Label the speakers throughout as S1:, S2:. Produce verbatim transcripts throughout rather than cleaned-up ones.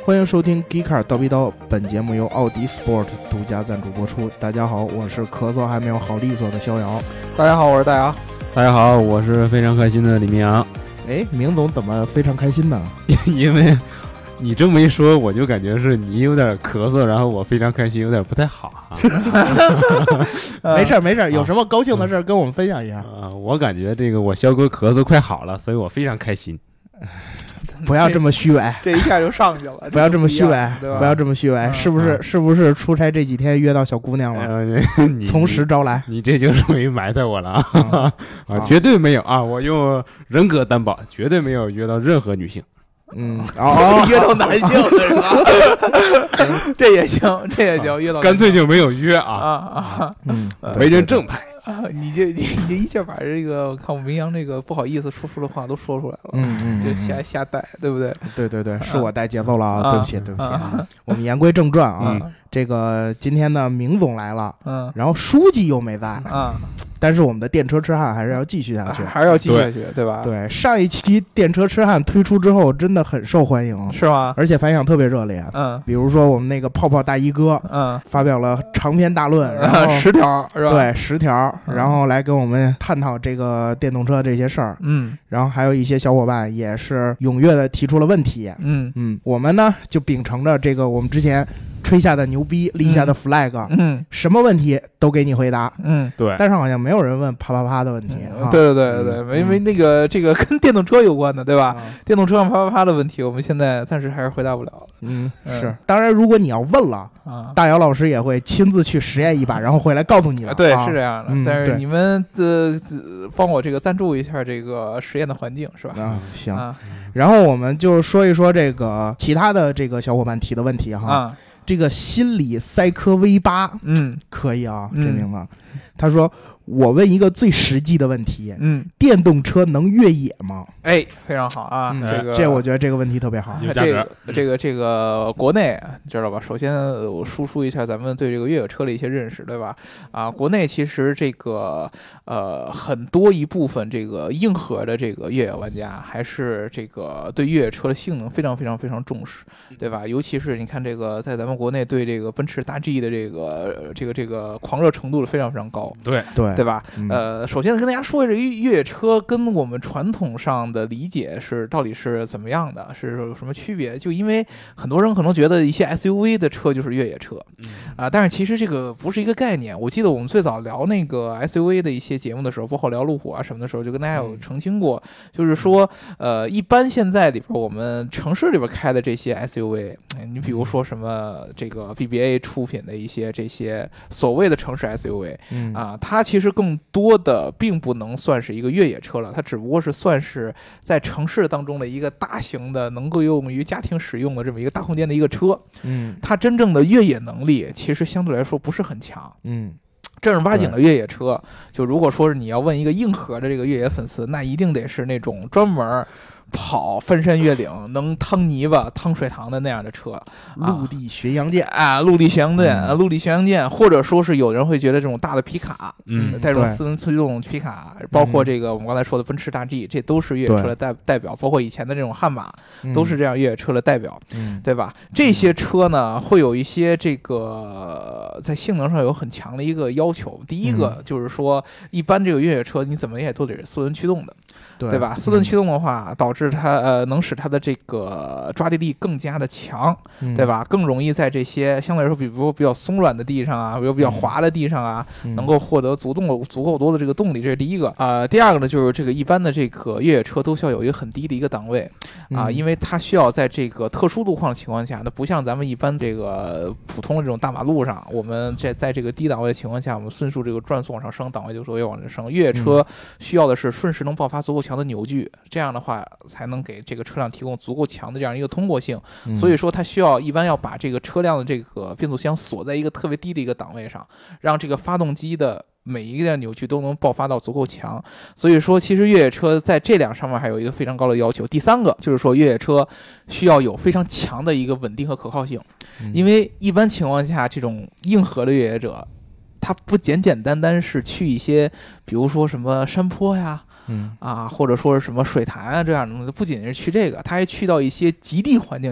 S1: 欢迎收听 Geekcar 刀逼刀，本节目由奥迪 Sport 独家赞助播出。大家好，我是咳嗽还没有好利索的逍遥。
S2: 大家好，我是大姚。
S3: 大家好，我是非常开心的李明阳。
S1: 哎，明总怎么非常开心呢？
S3: 因为你这么一说，我就感觉是你有点咳嗽，然后我非常开心，有点不太好啊。
S1: 没事没事，有什么高兴的事跟我们分享一下
S3: 啊？我感觉这个我肖哥咳嗽快好了，所以我非常开心。
S1: 不要这么虚伪，
S2: 这一下就上去了。
S1: 不要这么虚伪，不要这么虚伪，
S2: 嗯、
S1: 是不是？是不是出差这几天约到小姑娘了？
S3: 呃、
S1: 从实招来，
S3: 你这就属于埋汰我了啊！
S1: 啊
S3: 啊绝对没有啊！我用人格担保，绝对没有约到任何女性。
S1: 嗯，哦，
S2: 约到男性是吧？这也行，这也行，约到
S3: 干脆就没有约啊
S2: 啊啊！
S1: 嗯，
S3: 为人正派。
S2: 啊，你这你你这一下把这个看我明阳这个不好意思说出的话都说出来了，
S1: 嗯嗯，
S2: 就瞎瞎带，对不对？
S1: 对对对，是我带节奏了啊，
S2: 啊
S1: 对不起对不起。
S2: 啊、
S1: 我们言归正传啊，
S3: 嗯、
S1: 这个今天呢，明总来了，
S2: 嗯，
S1: 然后书记又没在
S2: 啊。
S1: 但是我们的电车痴汉还是要继续下去，
S2: 还是要继续下去， 对, 对吧？
S1: 对，上一期电车痴汉推出之后，真的很受欢迎，
S2: 是吗？
S1: 而且反响特别热烈。
S2: 嗯，
S1: 比如说我们那个泡泡大衣哥，
S2: 嗯，
S1: 发表了长篇大论，然后
S2: 十条是吧？
S1: 对，十条，然后来跟我们探讨这个电动车这些事儿。
S2: 嗯，
S1: 然后还有一些小伙伴也是踊跃的提出了问题。
S2: 嗯
S1: 嗯，我们呢就秉承着这个我们之前吹下的牛逼，立下的 flag，
S2: 嗯，
S1: 什么问题都给你回答，
S2: 嗯，
S3: 对，
S1: 但是好像没有人问啪啪啪的问题，
S2: 嗯、对对对对，
S1: 嗯、
S2: 因为那个这个跟电动车有关的，对吧？
S1: 嗯、
S2: 电动车上啪啪啪的问题，我们现在暂时还是回答不了。
S1: 嗯，是，当然如果你要问了
S2: 啊，
S1: 大姚老师也会亲自去实验一把，然后回来告诉你的。
S2: 对，
S1: 啊、
S2: 是这样的。
S1: 嗯、
S2: 但是你们呃帮我这个赞助一下这个实验的环境，是吧？
S1: 啊，行。
S2: 啊、
S1: 然后我们就说一说这个其他的这个小伙伴提的问题哈。
S2: 啊
S1: 这个心理赛科 V 八，
S2: 嗯，
S1: 可以啊，
S2: 嗯、
S1: 这名字。他说：“我问一个最实际的问题，
S2: 嗯，
S1: 电动车能越野吗？”
S2: 哎，非常好啊，
S1: 嗯、
S2: 这个
S1: 这我觉得这个问题特别好。
S2: 这个这个这个国内知道吧？首先我输出一下咱们对这个越野车的一些认识，对吧？啊，国内其实这个呃很多一部分这个硬核的这个越野玩家，还是这个对越野车的性能非常非常非常重视，对吧？尤其是你看这个在咱们国内对这个奔驰大 G 的这个这个这个狂热程度非常非常高，
S3: 对
S1: 对
S2: 对吧？
S1: 嗯、
S2: 呃，首先跟大家说一下，越野车跟我们传统上的理解是到底是怎么样的，是有什么区别？就因为很多人可能觉得一些 S U V 的车就是越野车，
S3: 嗯、
S2: 啊，但是其实这个不是一个概念。我记得我们最早聊那个 S U V 的一些节目的时候，包括聊路虎啊什么的时候，就跟大家有澄清过，嗯、就是说，呃，一般现在里边我们城市里边开的这些 S U V，你比如说什么这个 B B A 出品的一些这些所谓的城市 S U V，
S1: 嗯、
S2: 啊，它其实更多的并不能算是一个越野车了，它只不过是算是在城市当中的一个大型的能够用于家庭使用的这么一个大空间的一个车。
S1: 嗯，
S2: 它真正的越野能力其实相对来说不是很强。
S1: 嗯，
S2: 正儿八经的越野车，就如果说是你要问一个硬核的这个越野粉丝，那一定得是那种专门跑翻山越岭能趟泥巴趟水塘的那样的车，
S1: 陆地巡洋舰
S2: 啊，陆地巡洋舰、
S1: 嗯、
S2: 陆地巡洋舰，或者说是有人会觉得这种大的皮卡，
S3: 嗯，
S2: 带这种四轮驱动皮卡，包括这个我们刚才说的奔驰大 G，、嗯、这都是越野车的代代表，包括以前的这种悍马，
S1: 嗯、
S2: 都是这样越野车的代表，
S1: 嗯，
S2: 对吧？这些车呢，会有一些这个在性能上有很强的一个要求。第一个就是说，一般这个越野车你怎么也都得是四轮驱动的。
S1: 对,
S2: 对吧？四轮驱动的话，导致它呃能使它的这个抓地力更加的强，
S1: 嗯、
S2: 对吧？更容易在这些相对来说，比如说比较松软的地上啊，比如比较滑的地上啊，
S1: 嗯、
S2: 能够获得足动足够多的这个动力，这是第一个啊、呃。第二个呢，就是这个一般的这个越野车都需要有一个很低的一个档位啊、呃，因为它需要在这个特殊路况的情况下，那不像咱们一般这个普通的这种大马路上，我们在在这个低档位的情况下，我们迅速这个转速往上升，档位就稍微往上升。越野车需要的是瞬时能爆发足够强的扭矩，这样的话才能给这个车辆提供足够强的这样一个通过性。
S1: 嗯、
S2: 所以说它需要一般要把这个车辆的这个变速箱锁在一个特别低的一个档位上，让这个发动机的每一个扭矩都能爆发到足够强。所以说其实越野车在这两上面还有一个非常高的要求。第三个就是说越野车需要有非常强的一个稳定和可靠性，
S1: 嗯、
S2: 因为一般情况下这种硬核的越野者，它不简简单单是去一些比如说什么山坡呀，
S1: 嗯
S2: 啊，或者说是什么水潭啊这样的东西，不仅是去这个，它还去到一些极地环境下，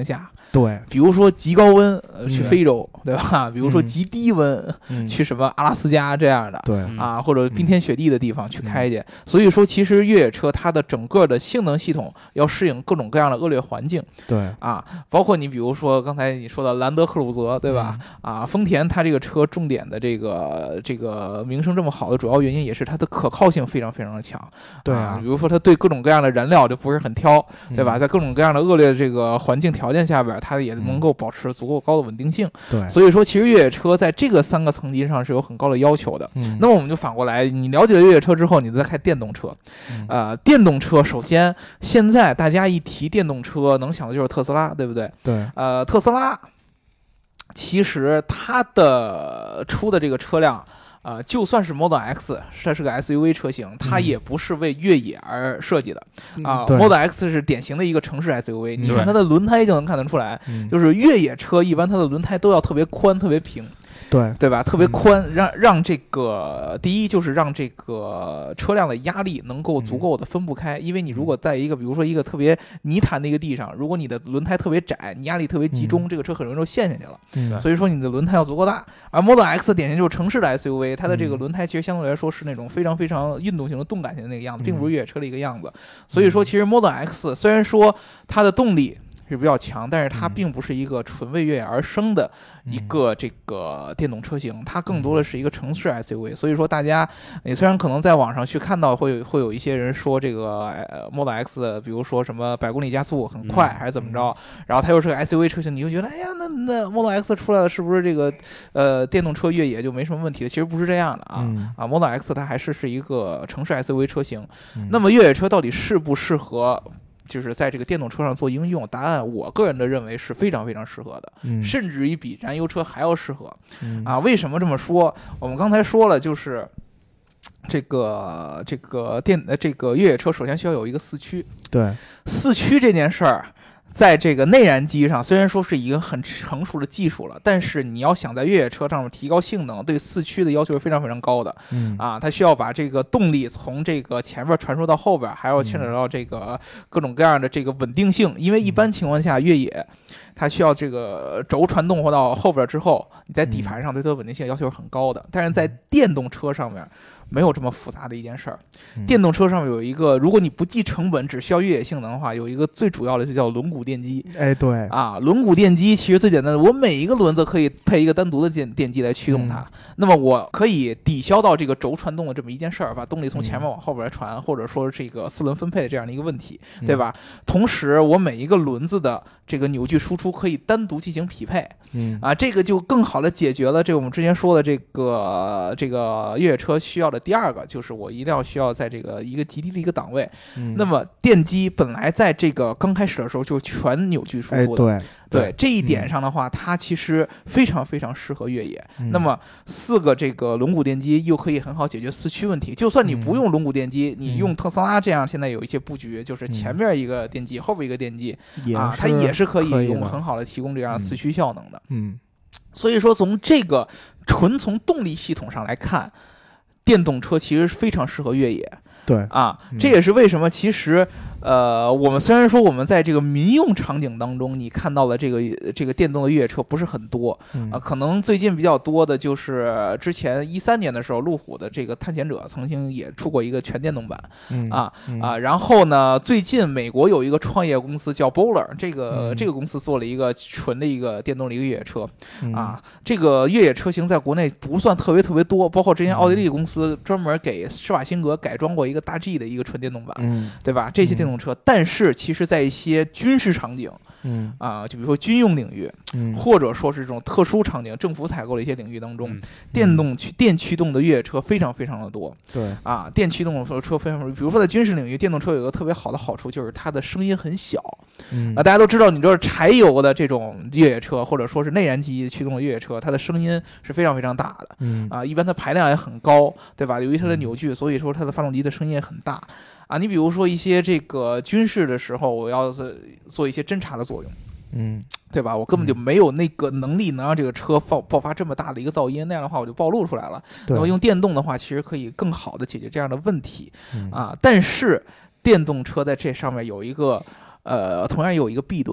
S1: 对，
S2: 比如说极高温、呃、去
S1: 嗯
S2: 非洲，对吧？比如说极低温、
S1: 嗯、
S2: 去什么阿拉斯加这样的，
S1: 对
S2: 啊，或者冰天雪地的地方去开去。嗯、所以说，其实越野车它的整个的性能系统要适应各种各样的恶劣环境。
S1: 对
S2: 啊，包括你比如说刚才你说的兰德克鲁泽，对吧？嗯、啊，丰田它这个车重点的这个这个名声这么好的主要原因也是它的可靠性非常非常的强。
S1: 对
S2: 啊，比如说它对各种各样的燃料就不是很挑，对吧？在各种各样的恶劣的这个环境条件下边，它也能够保持足够高的稳定性。
S1: 对，
S2: 所以说其实越野车在这个三个层级上是有很高的要求的。
S1: 嗯，
S2: 那么我们就反过来，你了解了越野车之后，你再开电动车。
S1: 嗯、
S2: 呃，电动车首先现在大家一提电动车，能想的就是特斯拉，对不对？
S1: 对。
S2: 呃，特斯拉其实它的出的这个车辆。呃，就算是 Model X， 它是个 S U V 车型，它也不是为越野而设计的啊、
S1: 嗯呃。
S2: Model X 是典型的一个城市 S U V，、嗯、你看它的轮胎就能看得出来，
S1: 嗯、
S2: 就是越野车一般它的轮胎都要特别宽、特别平。
S1: 对
S2: 对吧？特别宽，嗯、让让这个第一就是让这个车辆的压力能够足够的分不开，嗯、因为你如果在一个比如说一个特别泥潭的一个地上，如果你的轮胎特别窄，你压力特别集中，嗯、这个车很容易就陷下去了。
S1: 嗯、
S2: 所以说你的轮胎要足够大。而 Model X 典型就是城市的 S U V， 它的这个轮胎其实相对来说是那种非常非常运动型的动感型的那个样子，并不是越野车的一个样子。所以说，其实 Model X 虽然说它的动力是比较强，但是它并不是一个纯为越野而生的一个这个电动车型，它更多的是一个城市 S U V。所以说，大家你虽然可能在网上去看到会有会有一些人说这个呃 Model X， 比如说什么百公里加速很快还是怎么着，然后它又是个 S U V 车型，你就觉得哎呀，那那 Model X 出来了，是不是这个呃电动车越野就没什么问题了？其实不是这样的啊、嗯、啊 ，Model X 它还是是一个城市 S U V 车型。嗯、那么越野车到底适不适合？就是在这个电动车上做应用，答案我个人的认为是非常非常适合的，
S1: 嗯、
S2: 甚至于比燃油车还要适合。
S1: 嗯、
S2: 啊，为什么这么说？我们刚才说了，就是这个这个电呃这个越野车首先需要有一个四驱。
S1: 对，
S2: 四驱这件事儿。在这个内燃机上，虽然说是一个很成熟的技术了，但是你要想在越野车上面提高性能，对四驱的要求是非常非常高的。
S1: 嗯
S2: 啊，它需要把这个动力从这个前边传输到后边，还要牵扯到这个各种各样的这个稳定性。因为一般情况下，越野它需要这个轴传动或到后边之后，你在底盘上对它的稳定性要求是很高的。但是在电动车上面。没有这么复杂的一件事儿，电动车上面有一个，如果你不计成本，只需要越野性能的话，有一个最主要的就叫轮毂电机。
S1: 哎，对
S2: 啊，轮毂电机其实最简单的，我每一个轮子可以配一个单独的电电机来驱动它，嗯、那么我可以抵消到这个轴传动的这么一件事儿，把动力从前面往后边来传，嗯、或者说这个四轮分配的这样的一个问题，
S1: 嗯、
S2: 对吧？同时，我每一个轮子的这个扭矩输出可以单独进行匹配。
S1: 嗯
S2: 啊，这个就更好的解决了这个我们之前说的这个这个越野车需要的第二个，就是我一定要需要在这个一个极低的一个档位。
S1: 嗯、
S2: 那么电机本来在这个刚开始的时候就是全扭矩输出的，
S1: 哎、对。
S2: 对这一点上的话，嗯、它其实非常非常适合越野。
S1: 嗯、
S2: 那么四个这个轮毂电机又可以很好解决四驱问题。就算你不用轮毂电机，嗯、你用特斯拉这样，现在有一些布局，就是前面一个电机，嗯、后边一个电机，啊，它也是可以用很好的提供这样四驱效能的。
S1: 嗯，
S2: 所以说从这个纯从动力系统上来看，电动车其实非常适合越野。
S1: 对
S2: 啊，这也是为什么其实。呃，我们虽然说我们在这个民用场景当中，你看到了这个这个电动的越野车不是很多啊、
S1: 嗯
S2: 呃，可能最近比较多的就是之前一三年的时候，路虎的这个探险者曾经也出过一个全电动版，
S1: 嗯、
S2: 啊、
S1: 嗯、
S2: 啊，然后呢，最近美国有一个创业公司叫 Bowler， 这个、
S1: 嗯、
S2: 这个公司做了一个纯的一个电动的一个越野车、
S1: 嗯、
S2: 啊，这个越野车型在国内不算特别特别多，包括之前奥地利公司专门给施瓦辛格改装过一个大 G 的一个纯电动版，
S1: 嗯，
S2: 对吧？这些电动车，嗯、但是其实在一些军事场景，
S1: 嗯
S2: 啊，就比如说军用领域，
S1: 嗯，
S2: 或者说是这种特殊场景，政府采购的一些领域当中，
S3: 嗯、
S2: 电动驱电驱动的越野车非常非常的多。
S1: 对
S2: 啊，电驱动的车非常，比如说在军事领域，电动车有一个特别好的好处，就是它的声音很小。
S1: 嗯
S2: 啊，大家都知道，你知道柴油的这种越野车，或者说是内燃机驱动的越野车，它的声音是非常非常大的。
S1: 嗯
S2: 啊，一般它排量也很高，对吧？由于它的扭矩，所以说它的发动机的声音也很大。啊，你比如说一些这个军事的时候，我要是做一些侦察的作用，
S1: 嗯，
S2: 对吧？我根本就没有那个能力能让这个车爆爆发这么大的一个噪音，那样的话我就暴露出来了。那么用电动的话，其实可以更好的解决这样的问题。
S1: 嗯、
S2: 啊，但是电动车在这上面有一个呃，同样有一个弊端。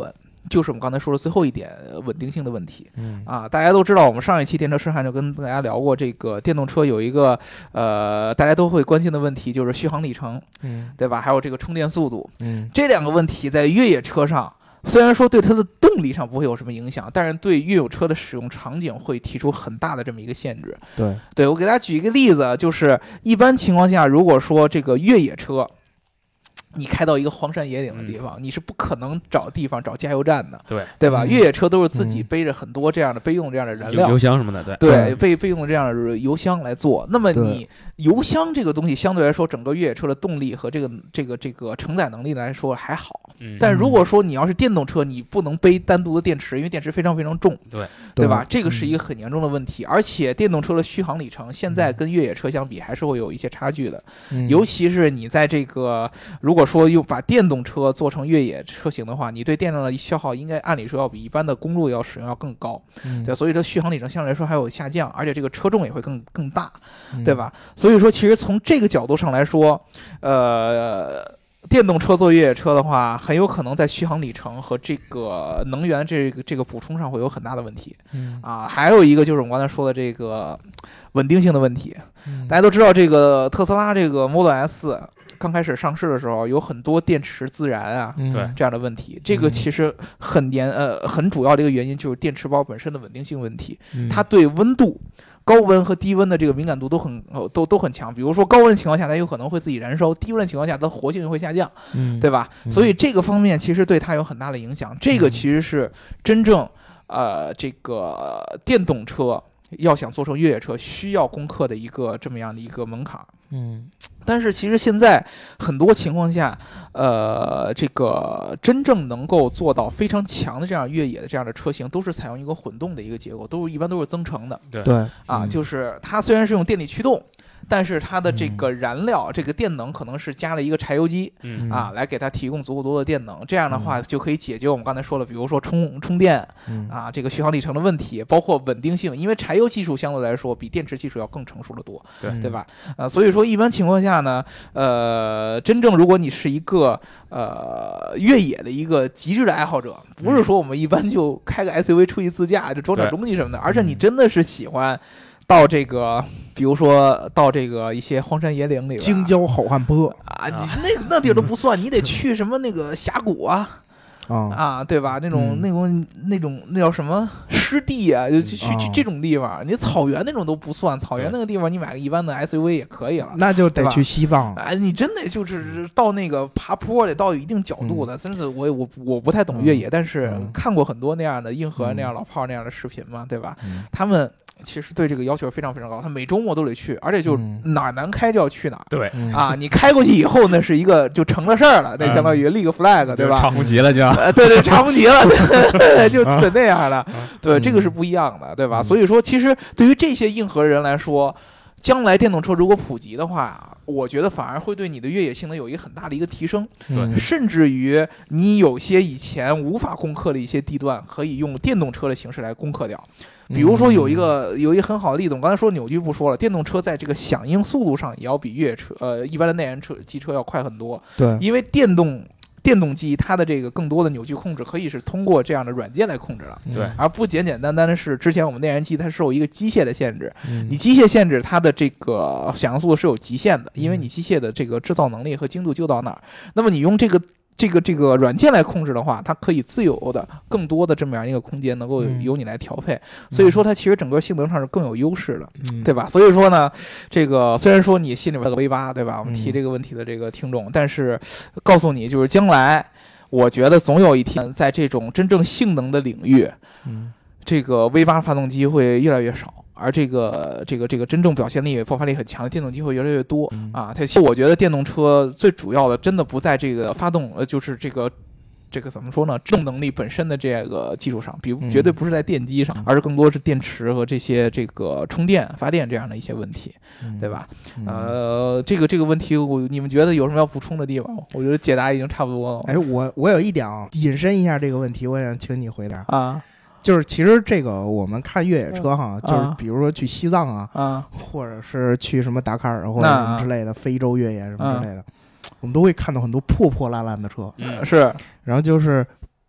S2: 就是我们刚才说的最后一点稳定性的问题。
S1: 嗯
S2: 啊，大家都知道，我们上一期电车痴汉就跟大家聊过，这个电动车有一个呃大家都会关心的问题，就是续航里程，
S1: 嗯，
S2: 对吧？还有这个充电速度，
S1: 嗯，
S2: 这两个问题在越野车上。虽然说对它的动力上不会有什么影响，但是对越野车的使用场景会提出很大的这么一个限制。
S1: 对，
S2: 对，我给大家举一个例子，就是一般情况下，如果说这个越野车，你开到一个荒山野岭的地方，嗯、你是不可能找地方找加油站的，
S3: 对
S2: 对吧？
S1: 嗯、
S2: 越野车都是自己背着很多这样的备用这样的燃料，
S3: 油箱什么的，对
S2: 对，备备用这样的油箱来做。那么你油箱这个东西相对来说，整个越野车的动力和这个这个这个承载能力来说还好。
S3: 嗯、
S2: 但如果说你要是电动车，你不能背单独的电池，因为电池非常非常重，
S3: 对
S2: 对吧？这个是一个很严重的问题。而且电动车的续航里程现在跟越野车相比还是会有一些差距的，
S1: 嗯、
S2: 尤其是你在这个如果说又把电动车做成越野车型的话，你对电量的消耗应该按理说要比一般的公路要使用要更高，
S1: 嗯、
S2: 对，所以它续航里程相对来说还有下降，而且这个车重也会更更大，
S1: 嗯、
S2: 对吧？所以说，其实从这个角度上来说，呃。电动车做越野车的话，很有可能在续航里程和这个能源这个这个补充上会有很大的问题。
S1: 嗯
S2: 啊，还有一个就是我们刚才说的这个稳定性的问题。
S1: 嗯、
S2: 大家都知道，这个特斯拉这个 Model S 刚开始上市的时候，有很多电池自燃啊，
S1: 对
S2: 这样的问题。这个其实很严呃很主要的一个原因就是电池包本身的稳定性问题，
S1: 嗯、
S2: 它对温度。高温和低温的这个敏感度都很都都很强，比如说高温的情况下，它有可能会自己燃烧；低温的情况下，它的活性就会下降，
S1: 嗯、
S2: 对吧？
S1: 嗯、
S2: 所以这个方面其实对它有很大的影响。这个其实是真正呃这个电动车要想做成越野车需要攻克的一个这么样的一个门槛。
S1: 嗯，
S2: 但是其实现在很多情况下，呃，这个真正能够做到非常强的这样越野的这样的车型，都是采用一个混动的一个结构，都是一般都是增程的。
S3: 对
S1: 对
S2: 啊，
S1: 嗯、
S2: 就是它虽然是用电力驱动。但是它的这个燃料，嗯、这个电能可能是加了一个柴油机，
S3: 嗯
S2: 啊，来给它提供足够多的电能。这样的话，
S1: 嗯、
S2: 就可以解决我们刚才说了，比如说充充电，
S1: 嗯、
S2: 啊，这个续航里程的问题，包括稳定性，因为柴油技术相对来说比电池技术要更成熟的多，
S3: 对
S2: 对吧？啊，所以说一般情况下呢，呃，真正如果你是一个呃越野的一个极致的爱好者，不是说我们一般就开个 S U V 出去自驾就装点东西什么的，而是你真的是喜欢。到这个，比如说到这个一些荒山野岭里，
S1: 京郊好汉坡
S2: 啊，你那那地儿都不算，你得去什么那个峡谷啊，
S1: 啊
S2: 啊，对吧？那种、嗯、那种那种那叫什么湿地啊，就去去、啊、这种地方，你草原那种都不算，草原那个地方你买个一般的 S U V 也可以了，
S1: 那就得去西藏。
S2: 哎，你真的就是到那个爬坡得到有一定角度的，嗯、真是我我我不太懂越野，嗯、但是看过很多那样的硬核那样老炮那样的视频嘛，对吧？
S1: 嗯、
S2: 他们。其实对这个要求非常非常高，他每周末都得去，而且就哪儿难开就要去哪儿。
S3: 对、
S1: 嗯、
S2: 啊，你开过去以后呢，是一个就成了事儿了，那相当于立个 flag，、嗯、对吧？
S3: 长红旗了就。
S2: 呃，对对，长红旗了，对就就那样的。对，这个是不一样的，对吧？
S1: 嗯、
S2: 所以说，其实对于这些硬核人来说，将来电动车如果普及的话，我觉得反而会对你的越野性能有一个很大的一个提升。
S1: 对，
S2: 甚至于你有些以前无法攻克的一些地段，可以用电动车的形式来攻克掉。比如说有一个有一个很好的例子，我刚才说扭矩不说了，电动车在这个响应速度上也要比越野车呃一般的内燃车机车要快很多。
S1: 对，
S2: 因为电动电动机它的这个更多的扭矩控制可以是通过这样的软件来控制了，
S3: 对，
S2: 而不简简单单的是之前我们内燃机它受一个机械的限制，
S1: 嗯、
S2: 你机械限制它的这个响应速度是有极限的，因为你机械的这个制造能力和精度就到那儿，那么你用这个。这个这个软件来控制的话，它可以自由的更多的这么样一个空间能够由你来调配，嗯、所以说它其实整个性能上是更有优势的，
S1: 嗯、
S2: 对吧？所以说呢，这个虽然说你心里边有个 V 八，对吧？我们提这个问题的这个听众，嗯、但是告诉你，就是将来我觉得总有一天在这种真正性能的领域，
S1: 嗯、
S2: 这个 V 八发动机会越来越少。而这个这个这个真正表现力、爆发力很强的电动机会越来越多、
S1: 嗯、
S2: 啊！它其实我觉得电动车最主要的，真的不在这个发动，呃，就是这个这个怎么说呢？制动能力本身的这个技术上，比绝对不是在电机上，
S1: 嗯、
S2: 而是更多是电池和这些这个充电、发电这样的一些问题，
S1: 嗯、
S2: 对吧？
S1: 嗯、
S2: 呃，这个这个问题，我你们觉得有什么要补充的地方？我觉得解答已经差不多了。
S1: 哎，我我有一点啊，引申一下这个问题，我想请你回答
S2: 啊。
S1: 就是其实这个我们看越野车哈，
S2: 嗯、
S1: 就是比如说去西藏啊，
S2: 啊
S1: 或者是去什么达喀尔或者什么之类的、啊、非洲越野什么之类的、嗯，我们都会看到很多破破烂烂的车，
S2: 嗯，是。
S1: 然后就是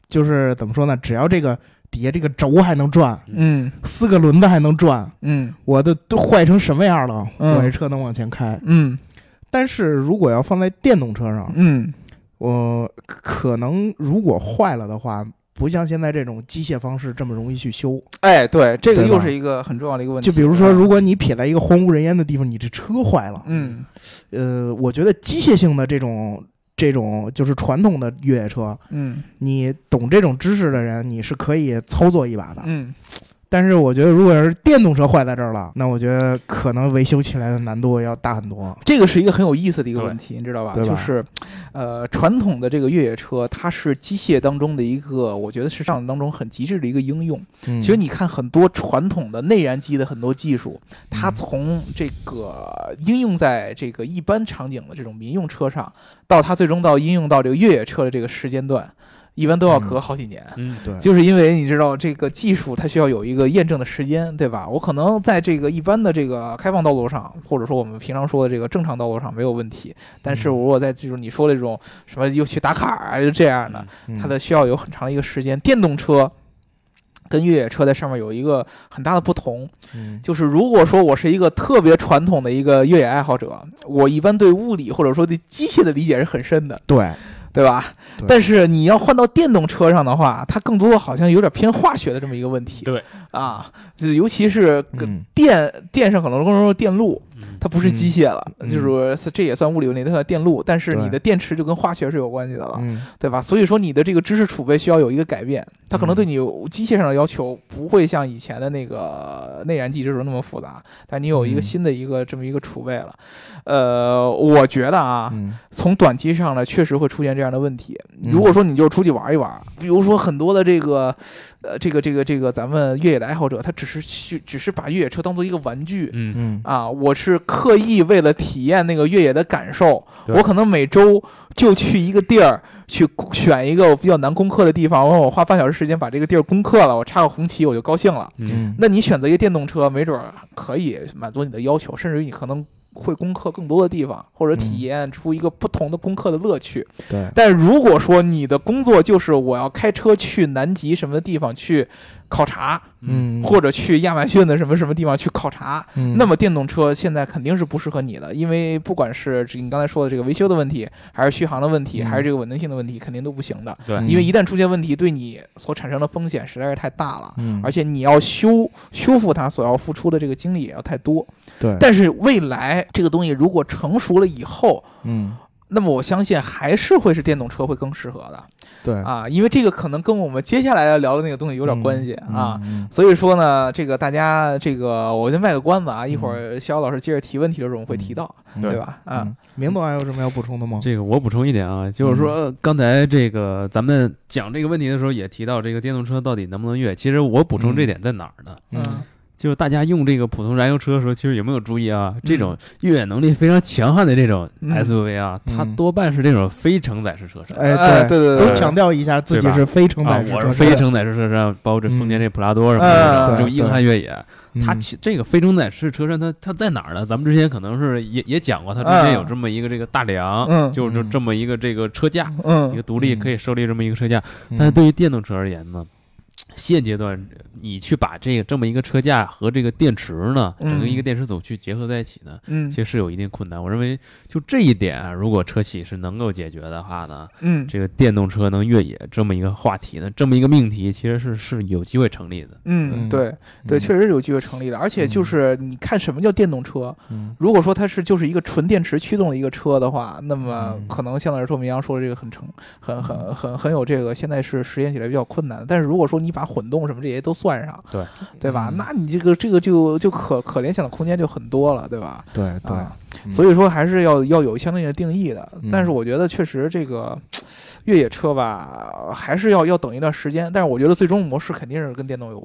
S1: 就是怎么说呢？只要这个底下这个轴还能转，
S2: 嗯，
S1: 四个轮子还能转，
S2: 嗯，
S1: 我的都坏成什么样了？
S2: 嗯、
S1: 我这车能往前开。
S2: 嗯，
S1: 但是如果要放在电动车上，
S2: 嗯，
S1: 我可能如果坏了的话，不像现在这种机械方式这么容易去修。
S2: 哎，对，这个
S1: 对
S2: 又是一个很重要的一个问题。
S1: 就比如说，如果你撇在一个荒无人烟的地方，你这车坏了，
S2: 嗯，
S1: 呃，我觉得机械性的这种。这种就是传统的越野车，
S2: 嗯，
S1: 你懂这种知识的人，你是可以操作一把的，
S2: 嗯。
S1: 但是我觉得，如果是电动车坏在这儿了，那我觉得可能维修起来的难度要大很多。
S2: 这个是一个很有意思的一个问题，你知道吧？
S1: 对吧？
S2: 就是，呃，传统的这个越野车，它是机械当中的一个，我觉得是上当中很极致的一个应用。
S1: 嗯、
S2: 其实你看很多传统的内燃机的很多技术，它从这个应用在这个一般场景的这种民用车上，到它最终到应用到这个越野车的这个时间段。一般都要隔好几年，
S3: 嗯，
S1: 对，
S2: 就是因为你知道这个技术它需要有一个验证的时间，对吧？我可能在这个一般的这个开放道路上，或者说我们平常说的这个正常道路上没有问题，但是如果在这种你说的这种什么又去打卡啊，就这样的，它的需要有很长的一个时间。电动车跟越野车在上面有一个很大的不同，
S1: 嗯，
S2: 就是如果说我是一个特别传统的一个越野爱好者，我一般对物理或者说对机械的理解是很深的，
S1: 对。
S2: 对吧？对，但是你要换到电动车上的话，它更多的好像有点偏化学的这么一个问题。
S3: 对
S2: 啊，就尤其是电、嗯、电上可能更多电路，它不是机械了，
S1: 嗯、
S2: 就是说这也算物理问题，它算电路，但是你的电池就跟化学是有关系的了，对吧？所以说你的这个知识储备需要有一个改变，它可能对你有机械上的要求不会像以前的那个内燃机这种那么复杂，但你有一个新的一个这么一个储备了。呃，我觉得啊，从短期上呢，确实会出现这样的问题。如果说你就出去玩一玩，比如说很多的这个，呃，这个这个这个咱们越野的爱好者，他只是去只是把越野车当做一个玩具，
S3: 嗯
S1: 嗯
S2: 啊，我是刻意为了体验那个越野的感受，我可能每周就去一个地儿。去选一个我比较难攻克的地方，我花半小时时间把这个地儿攻克了，我插个红旗我就高兴了。
S1: 嗯，
S2: 那你选择一个电动车，没准可以满足你的要求，甚至于你可能会攻克更多的地方，或者体验出一个不同的攻克的乐趣。
S1: 对、嗯。
S2: 但如果说你的工作就是我要开车去南极什么的地方去考察，
S1: 嗯，
S2: 或者去亚马逊的什么什么地方去考察，
S1: 嗯，
S2: 那么电动车现在肯定是不适合你的，因为不管是你刚才说的这个维修的问题，还是续航的问题，
S1: 嗯、
S2: 还是这个稳定性的问题，肯定都不行的。
S3: 对，
S2: 因为一旦出现问题，对你所产生的风险实在是太大了，
S1: 嗯，
S2: 而且你要修修复它所要付出的这个精力也要太多。
S1: 对，
S2: 但是未来这个东西如果成熟了以后，
S1: 嗯。
S2: 那么我相信还是会是电动车会更适合的，
S1: 对
S2: 啊，因为这个可能跟我们接下来要聊的那个东西有点关系、
S1: 嗯、
S2: 啊、
S1: 嗯，
S2: 所以说呢，这个大家这个我先卖个关子啊，一会儿肖老师接着提问题的时候我们会提到，
S1: 嗯、
S2: 对吧？啊、
S1: 嗯，明总还有什么要补充的吗？
S3: 这个我补充一点啊，就是说刚才这个咱们讲这个问题的时候也提到这个电动车到底能不能越野，其实我补充这点在哪儿呢？
S1: 嗯。嗯
S3: 就是大家用这个普通燃油车的时候，其实有没有注意啊？嗯、这种越野能力非常强悍的这种 S U V 啊，嗯、它多半是这种非承载式车身。
S1: 哎，对
S2: 对对
S1: 对，都强调一下自己是非承载式车身。
S3: 啊、我是非承载式车身，包括这丰田这普拉多什么的，
S2: 嗯、
S3: 这种硬汉越野。
S1: 嗯、
S3: 它其这个非承载式车身，它它在哪儿呢？咱们之前可能是也也讲过，它中间有这么一个这个大梁，
S2: 嗯、
S3: 就就这么一个这个车架，
S2: 嗯、
S3: 一个独立可以受力这么一个车架。嗯、但是对于电动车而言呢？现阶段，你去把这个这么一个车架和这个电池呢，整个一个电池组去结合在一起呢，
S2: 嗯，
S3: 其实是有一定困难。我认为就这一点啊，如果车企是能够解决的话呢，
S2: 嗯，
S3: 这个电动车能越野这么一个话题呢，这么一个命题，其实是是有机会成立的。
S2: 嗯，对对，确实是有机会成立的。而且就是你看什么叫电动车，
S1: 嗯，
S2: 如果说它是就是一个纯电池驱动的一个车的话，那么可能相对来说，明阳说的这个很成很很很很有这个，现在是实现起来比较困难的。但是如果说你把混动什么这些都算上，
S3: 对
S2: 对吧？那你这个这个就就可可联想的空间就很多了，对吧？
S1: 对对、
S2: 啊嗯，所以说还是要要有相对应的定义的。
S1: 嗯、
S2: 但是我觉得确实这个越野车吧，还是要要等一段时间。但是我觉得最终模式肯定是跟电动有关的。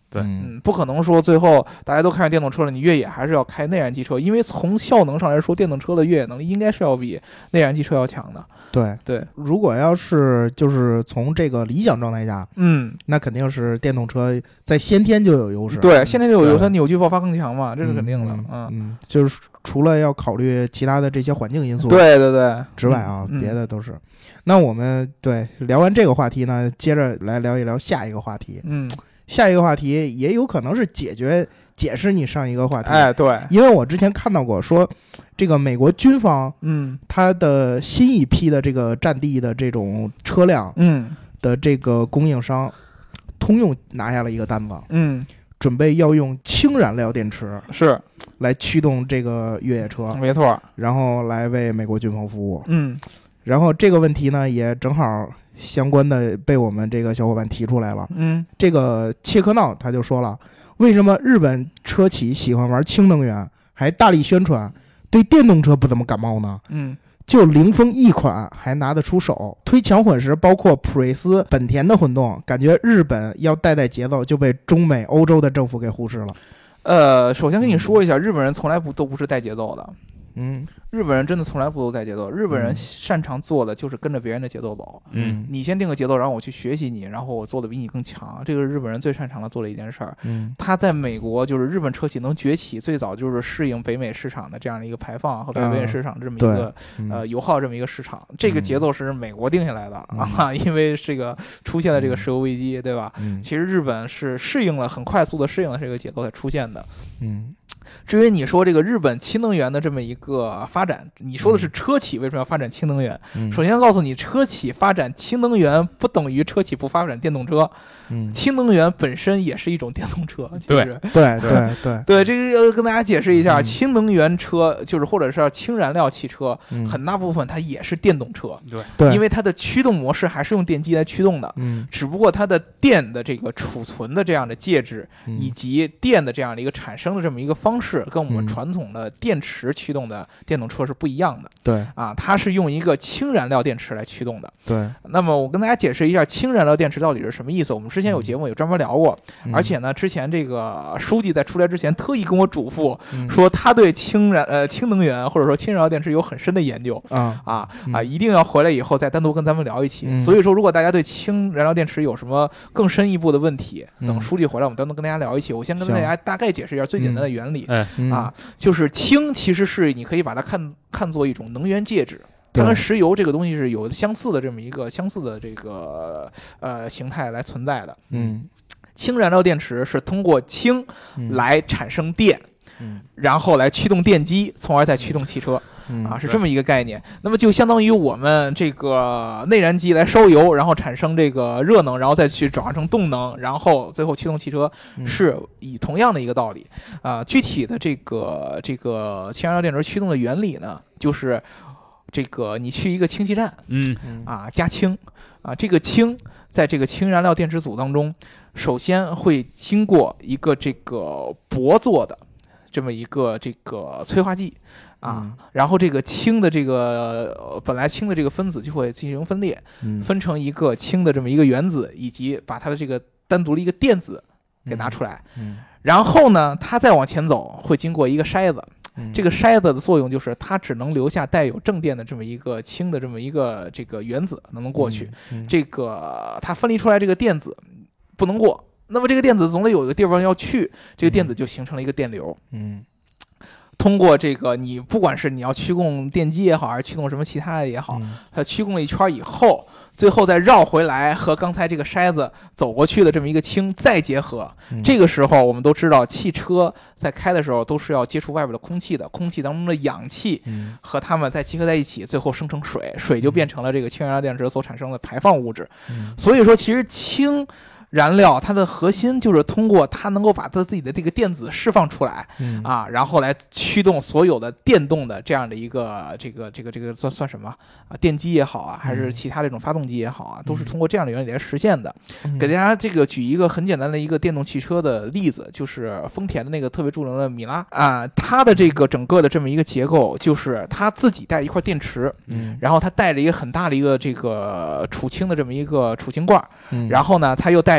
S3: 对，
S2: 嗯，不可能说最后大家都开上电动车了，你越野还是要开内燃机车，因为从效能上来说，电动车的越野能力应该是要比内燃机车要强的。
S1: 对
S2: 对，
S1: 如果要是就是从这个理想状态下，
S2: 嗯，
S1: 那肯定是电动车在先天就有优势。
S2: 对，先天就有优势，它扭矩爆发更强嘛，这是肯定的。
S1: 嗯
S2: 嗯
S1: 嗯，就是除了要考虑其他的这些环境因素，
S2: 对对对
S1: 之外啊，
S2: 嗯、
S1: 别的都是。那我们对聊完这个话题呢，接着来聊一聊下一个话题。
S2: 嗯。
S1: 下一个话题也有可能是解决解释你上一个话题，
S2: 哎，对，
S1: 因为我之前看到过说，这个美国军方，
S2: 嗯，
S1: 它的新一批的这个战地的这种车辆，
S2: 嗯，
S1: 的这个供应商，通用拿下了一个单子，
S2: 嗯，
S1: 准备要用氢燃料电池
S2: 是
S1: 来驱动这个越野车，
S2: 没错，
S1: 然后来为美国军方服务，
S2: 嗯，
S1: 然后这个问题呢，也正好相关的被我们这个小伙伴提出来了。
S2: 嗯，
S1: 这个切克闹他就说了，为什么日本车企喜欢玩氢能源，还大力宣传，对电动车不怎么感冒呢？
S2: 嗯，
S1: 就凌风一款还拿得出手，推强混时包括普锐斯、本田的混动，感觉日本要带带节奏，就被中美、欧洲的政府给忽视了。
S2: 呃，首先跟你说一下，日本人从来不都不是带节奏的。
S1: 嗯，
S2: 日本人真的从来不都带节奏，日本人擅长做的就是跟着别人的节奏走。
S3: 嗯，
S2: 你先定个节奏，然后我去学习你，然后我做的比你更强，这个是日本人最擅长的做的一件事儿。
S1: 嗯，
S2: 他在美国就是日本车企能崛起，最早就是适应北美市场的这样的一个排放和北美市场这么一个、
S1: 嗯、
S2: 呃油耗这么一个市场，这个节奏是美国定下来的、嗯、啊，因为这个出现了这个石油危机，对吧？
S1: 嗯，
S2: 其实日本是适应了很快速的适应了这个节奏才出现的。
S1: 嗯。
S2: 至于你说这个日本氢能源的这么一个发展，你说的是车企为什么要发展氢能源？
S1: 嗯、
S2: 首先告诉你，车企发展氢能源不等于车企不发展电动车。
S1: 嗯，
S2: 氢能源本身也是一种电动车。其实
S1: 对对对对
S2: 对，这个要跟大家解释一下，
S1: 嗯、
S2: 氢能源车就是或者是氢燃料汽车、
S1: 嗯，
S2: 很大部分它也是电动车。
S3: 对
S1: 对，
S2: 因为它的驱动模式还是用电机来驱动的。
S1: 嗯，
S2: 只不过它的电的这个储存的这样的介质，
S1: 嗯、
S2: 以及电的这样的一个产生的这么一个方式，跟我们
S1: 嗯
S2: 传统的电池驱动的电动车是不一样的。
S1: 对
S2: 啊，它是用一个氢燃料电池来驱动的。
S1: 对。
S2: 那么我跟大家解释一下氢燃料电池到底是什么意思。我们之前有节目有专门聊过，
S1: 嗯、
S2: 而且呢，之前这个书记在出来之前特意跟我嘱咐、
S1: 嗯、
S2: 说，他对氢燃呃氢能源或者说氢燃料电池有很深的研究
S1: 啊
S2: 啊、
S1: 嗯、
S2: 啊，一定要回来以后再单独跟咱们聊一期。
S1: 嗯、
S2: 所以说，如果大家对氢燃料电池有什么更深一步的问题，
S1: 嗯、
S2: 等书记回来我们单独跟大家聊一期。我先跟大家大概解释一下最简单的原理、
S1: 嗯、
S2: 啊，就是氢其实是你可以把它看看作一种能源介质。它跟石油这个东西是有相似的这么一个相似的这个呃形态来存在的。
S1: 嗯，
S2: 氢燃料电池是通过氢来产生电，
S1: 嗯，
S2: 然后来驱动电机，从而再驱动汽车。
S1: 嗯、
S2: 啊，是这么一个概念。那么就相当于我们这个内燃机来烧油，然后产生这个热能，然后再去转化成动能，然后最后驱动汽车，是以同样的一个道理。啊，具体的这个这个氢燃料电池驱动的原理呢，就是这个你去一个氢气站，
S3: 嗯
S2: 啊加氢啊，这个氢在这个氢燃料电池组当中，首先会经过一个这个铂做的这么一个这个催化剂。啊、
S1: 嗯，
S2: 然后这个氢的这个、呃、本来氢的这个分子就会进行分裂、
S1: 嗯，
S2: 分成一个氢的这么一个原子，以及把它的这个单独的一个电子给拿出来。
S1: 嗯，
S2: 然后呢，它再往前走，会经过一个筛子。
S1: 嗯、
S2: 这个筛子的作用就是它只能留下带有正电的这么一个氢的这么一个这个原子能能过去。
S1: 嗯嗯、
S2: 这个它分离出来这个电子不能过，那么这个电子总得有一个地方要去，这个电子就形成了一个电流。
S1: 嗯。
S2: 通过这个，你不管是你要驱动电机也好，还是驱动什么其他的也好，它驱动了一圈以后，最后再绕回来和刚才这个筛子走过去的这么一个氢再结合。
S1: 嗯、
S2: 这个时候我们都知道，汽车在开的时候都是要接触外边的空气的，空气当中的氧气和它们再集合在一起，最后生成水，水就变成了这个氢燃料电池所产生的排放物质。
S1: 嗯、
S2: 所以说，其实氢燃料它的核心就是通过它能够把它自己的这个电子释放出来、
S1: 嗯、
S2: 啊，然后来驱动所有的电动的这样的一个这个这个这个算算什么啊？电机也好啊，还是其他这种发动机也好啊，嗯、都是通过这样的原理来实现的。嗯、给大家这个举一个很简单的一个电动汽车的例子，就是丰田的那个特别著名的米拉啊，它的这个整个的这么一个结构，就是它自己带一块电池，
S1: 嗯，
S2: 然后它带着一个很大的一个这个储氢的这么一个储氢罐，
S1: 嗯，
S2: 然后呢，它又带着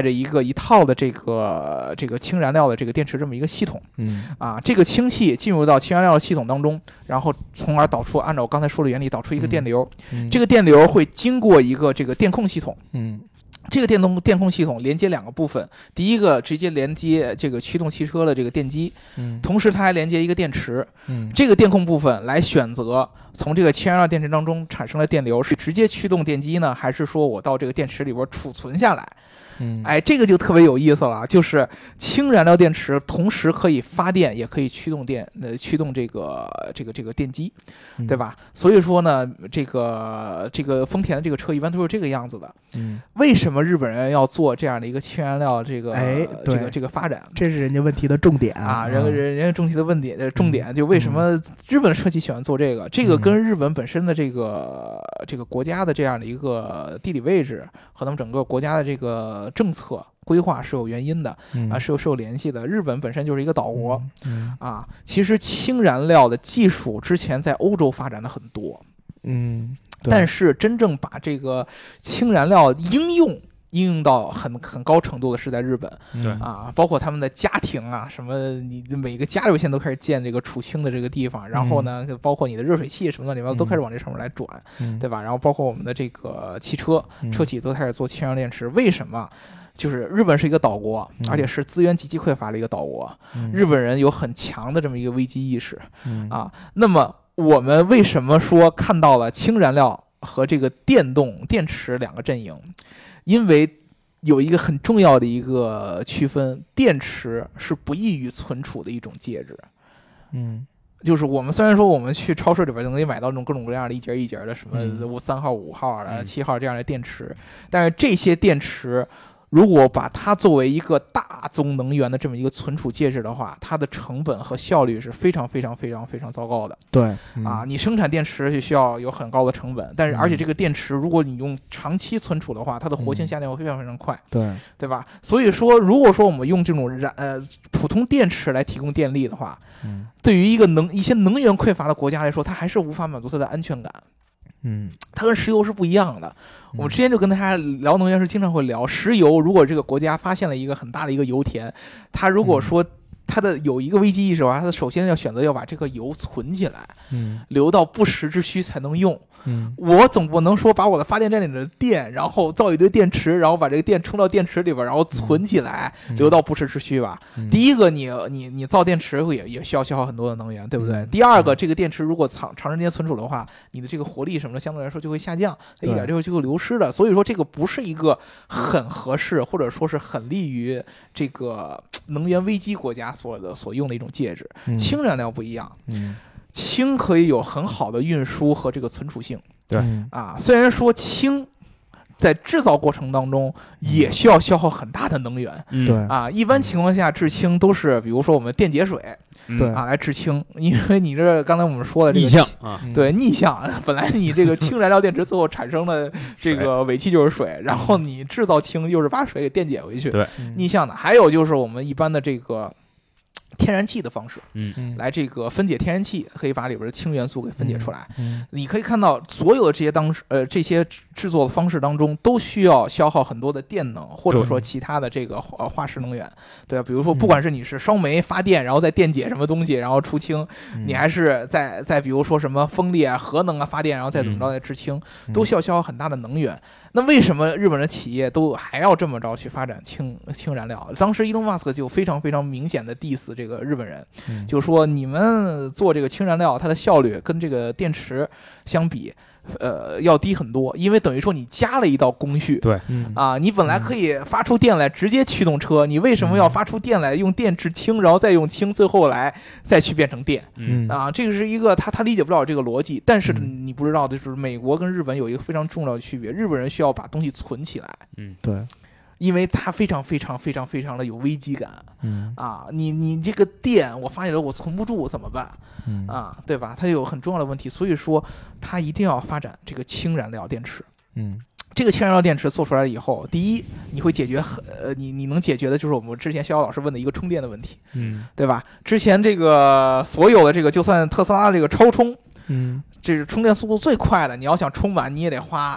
S2: 着一个一套的这个这个氢燃料的这个电池这么一个系统。
S1: 嗯
S2: 啊，这个氢气进入到氢燃料的系统当中，然后从而导出按照我刚才说的原理导出一个电流。
S1: 嗯、
S2: 这个电流会经过一个这个电控系统。
S1: 嗯。
S2: 这个电动电控系统连接两个部分，第一个直接连接这个驱动汽车的这个电机，
S1: 嗯，
S2: 同时它还连接一个电池，
S1: 嗯，
S2: 这个电控部分来选择从这个氢燃料电池当中产生的电流是直接驱动电机呢，还是说我到这个电池里边储存下来？
S1: 嗯，
S2: 哎，这个就特别有意思了，就是氢燃料电池同时可以发电，也可以驱动电，呃，驱动这个这个这个电机，对吧？嗯、所以说呢，这个这个丰田的这个车一般都是这个样子的。
S1: 嗯，
S2: 为什么日本人要做这样的一个氢燃料这个
S1: 哎
S2: 这个这个发展？
S1: 这是人家问题的重点
S2: 啊，人人人家重题的问题的重点，就为什么日本的车企喜欢做这个？嗯、这个跟日本本身的这个这个国家的这样的一个地理位置和他们整个国家的这个政策规划是有原因的、
S1: 嗯、
S2: 啊，是有是有联系的。日本本身就是一个岛国、
S1: 嗯嗯、
S2: 啊，其实氢燃料的技术之前在欧洲发展的很多，
S1: 嗯，
S2: 但是真正把这个氢燃料应用应用到很很高程度的是在日本，
S3: 对
S2: 啊，包括他们的家庭啊，什么你每个家里现在都开始建这个储氢的这个地方，然后呢，
S1: 嗯、
S2: 包括你的热水器什么乱七八糟都开始往这上面来转，
S1: 嗯、
S2: 对吧？然后包括我们的这个汽车、
S1: 嗯、
S2: 车企都开始做氢燃料电池，为什么？就是日本是一个岛国，
S1: 嗯、
S2: 而且是资源极其匮乏的一个岛国，
S1: 嗯、
S2: 日本人有很强的这么一个危机意识、
S1: 嗯、
S2: 啊。那么我们为什么说看到了氢燃料和这个电动电池两个阵营？因为有一个很重要的一个区分，电池是不易于存储的一种介质。
S1: 嗯，
S2: 就是我们虽然说我们去超市里边就能买到这种各种各样的一节一节的什么
S1: 嗯、
S2: 三号、五号的、七号这样的电池，但是这些电池如果把它作为一个大宗能源的这么一个存储介质的话，它的成本和效率是非常非常非常非常糟糕的。
S1: 对、嗯、
S2: 啊，你生产电池就需要有很高的成本，但是而且这个电池如果你用长期存储的话，它的活性下降会非常非常快。
S1: 对、嗯、
S2: 对吧？所以说，如果说我们用这种燃呃普通电池来提供电力的话，
S1: 嗯，
S2: 对于一个能一些能源匮乏的国家来说，它还是无法满足它的安全感。
S1: 嗯，
S2: 它跟石油是不一样的。我们之前就跟大家聊能源时，经常会聊石油。如果这个国家发现了一个很大的一个油田，它如果说它的有一个危机意识的话，它首先要选择要把这个油存起来，
S1: 嗯，留
S2: 到不时之需才能用。
S1: 嗯，
S2: 我总不能说把我的发电站里的电，然后造一堆电池，然后把这个电充到电池里边，然后存起来，
S1: 嗯、
S2: 留到不时之需吧。
S1: 嗯、
S2: 第一个你，你你你造电池也也需要消耗很多的能源，对不对？
S1: 嗯、
S2: 第二个，这个电池如果长长时间存储的话，你的这个活力什么的相对来说就会下降，一点就会就会流失的。所以说，这个不是一个很合适，或者说是很利于这个能源危机国家所的所用的一种介质。
S1: 嗯、
S2: 氢燃料不一样，
S1: 嗯，
S2: 氢可以有很好的运输和这个存储性。
S3: 对
S2: 啊，虽然说氢在制造过程当中也需要消耗很大的能源，
S3: 嗯、
S1: 对
S2: 啊，一般情况下制氢都是比如说我们电解水，
S1: 对
S2: 啊来制氢，因为你这刚才我们说的、这个、
S3: 逆向啊，
S2: 对逆向，本来你这个氢燃料电池最后产生的这个尾气就是水，然后你制造氢又是把水给电解回去，
S3: 对，
S2: 逆向的。还有就是我们一般的这个天然气的方式，
S3: 嗯，
S2: 来这个分解天然气，可以把里边的氢元素给分解出来。
S1: 嗯，
S2: 你可以看到所有的这些当呃这些制作的方式当中，都需要消耗很多的电能，或者说其他的这个呃化石能源，对吧？比如说，不管是你是烧煤发电，然后再电解什么东西，然后出氢，
S1: 嗯、
S2: 你还是再再比如说什么风力啊、核能啊发电，然后再怎么着再制氢，
S1: 嗯、
S2: 都需要消耗很大的能源。那为什么日本的企业都还要这么着去发展氢氢燃料？当时伊隆马斯克就非常非常明显的 diss 这个日本人，
S1: 嗯、
S2: 就说你们做这个氢燃料，它的效率跟这个电池相比，呃，要低很多，因为等于说你加了一道工序。
S3: 对，
S1: 嗯、
S2: 啊，你本来可以发出电来直接驱动车，你为什么要发出电来用电制氢，然后再用氢最后来再去变成电？
S3: 嗯
S2: 啊，这个是一个他他理解不了这个逻辑，但是你不知道的就是美国跟日本有一个非常重要的区别，日本人需要把东西存起来，
S3: 嗯，
S1: 对，
S2: 因为它非常非常非常非常的有危机感。
S1: 嗯
S2: 啊，你你这个电我发现了我存不住怎么办？
S1: 嗯
S2: 啊，对吧？它有很重要的问题，所以说它一定要发展这个氢燃料电池。
S1: 嗯，
S2: 这个氢燃料电池做出来了以后，第一你会解决很呃你你能解决的就是我们之前逍遥老师问的一个充电的问题，
S3: 嗯，
S2: 对吧？之前这个所有的这个就算特斯拉这个超充，
S1: 嗯，
S2: 这是充电速度最快的，你要想充满你也得花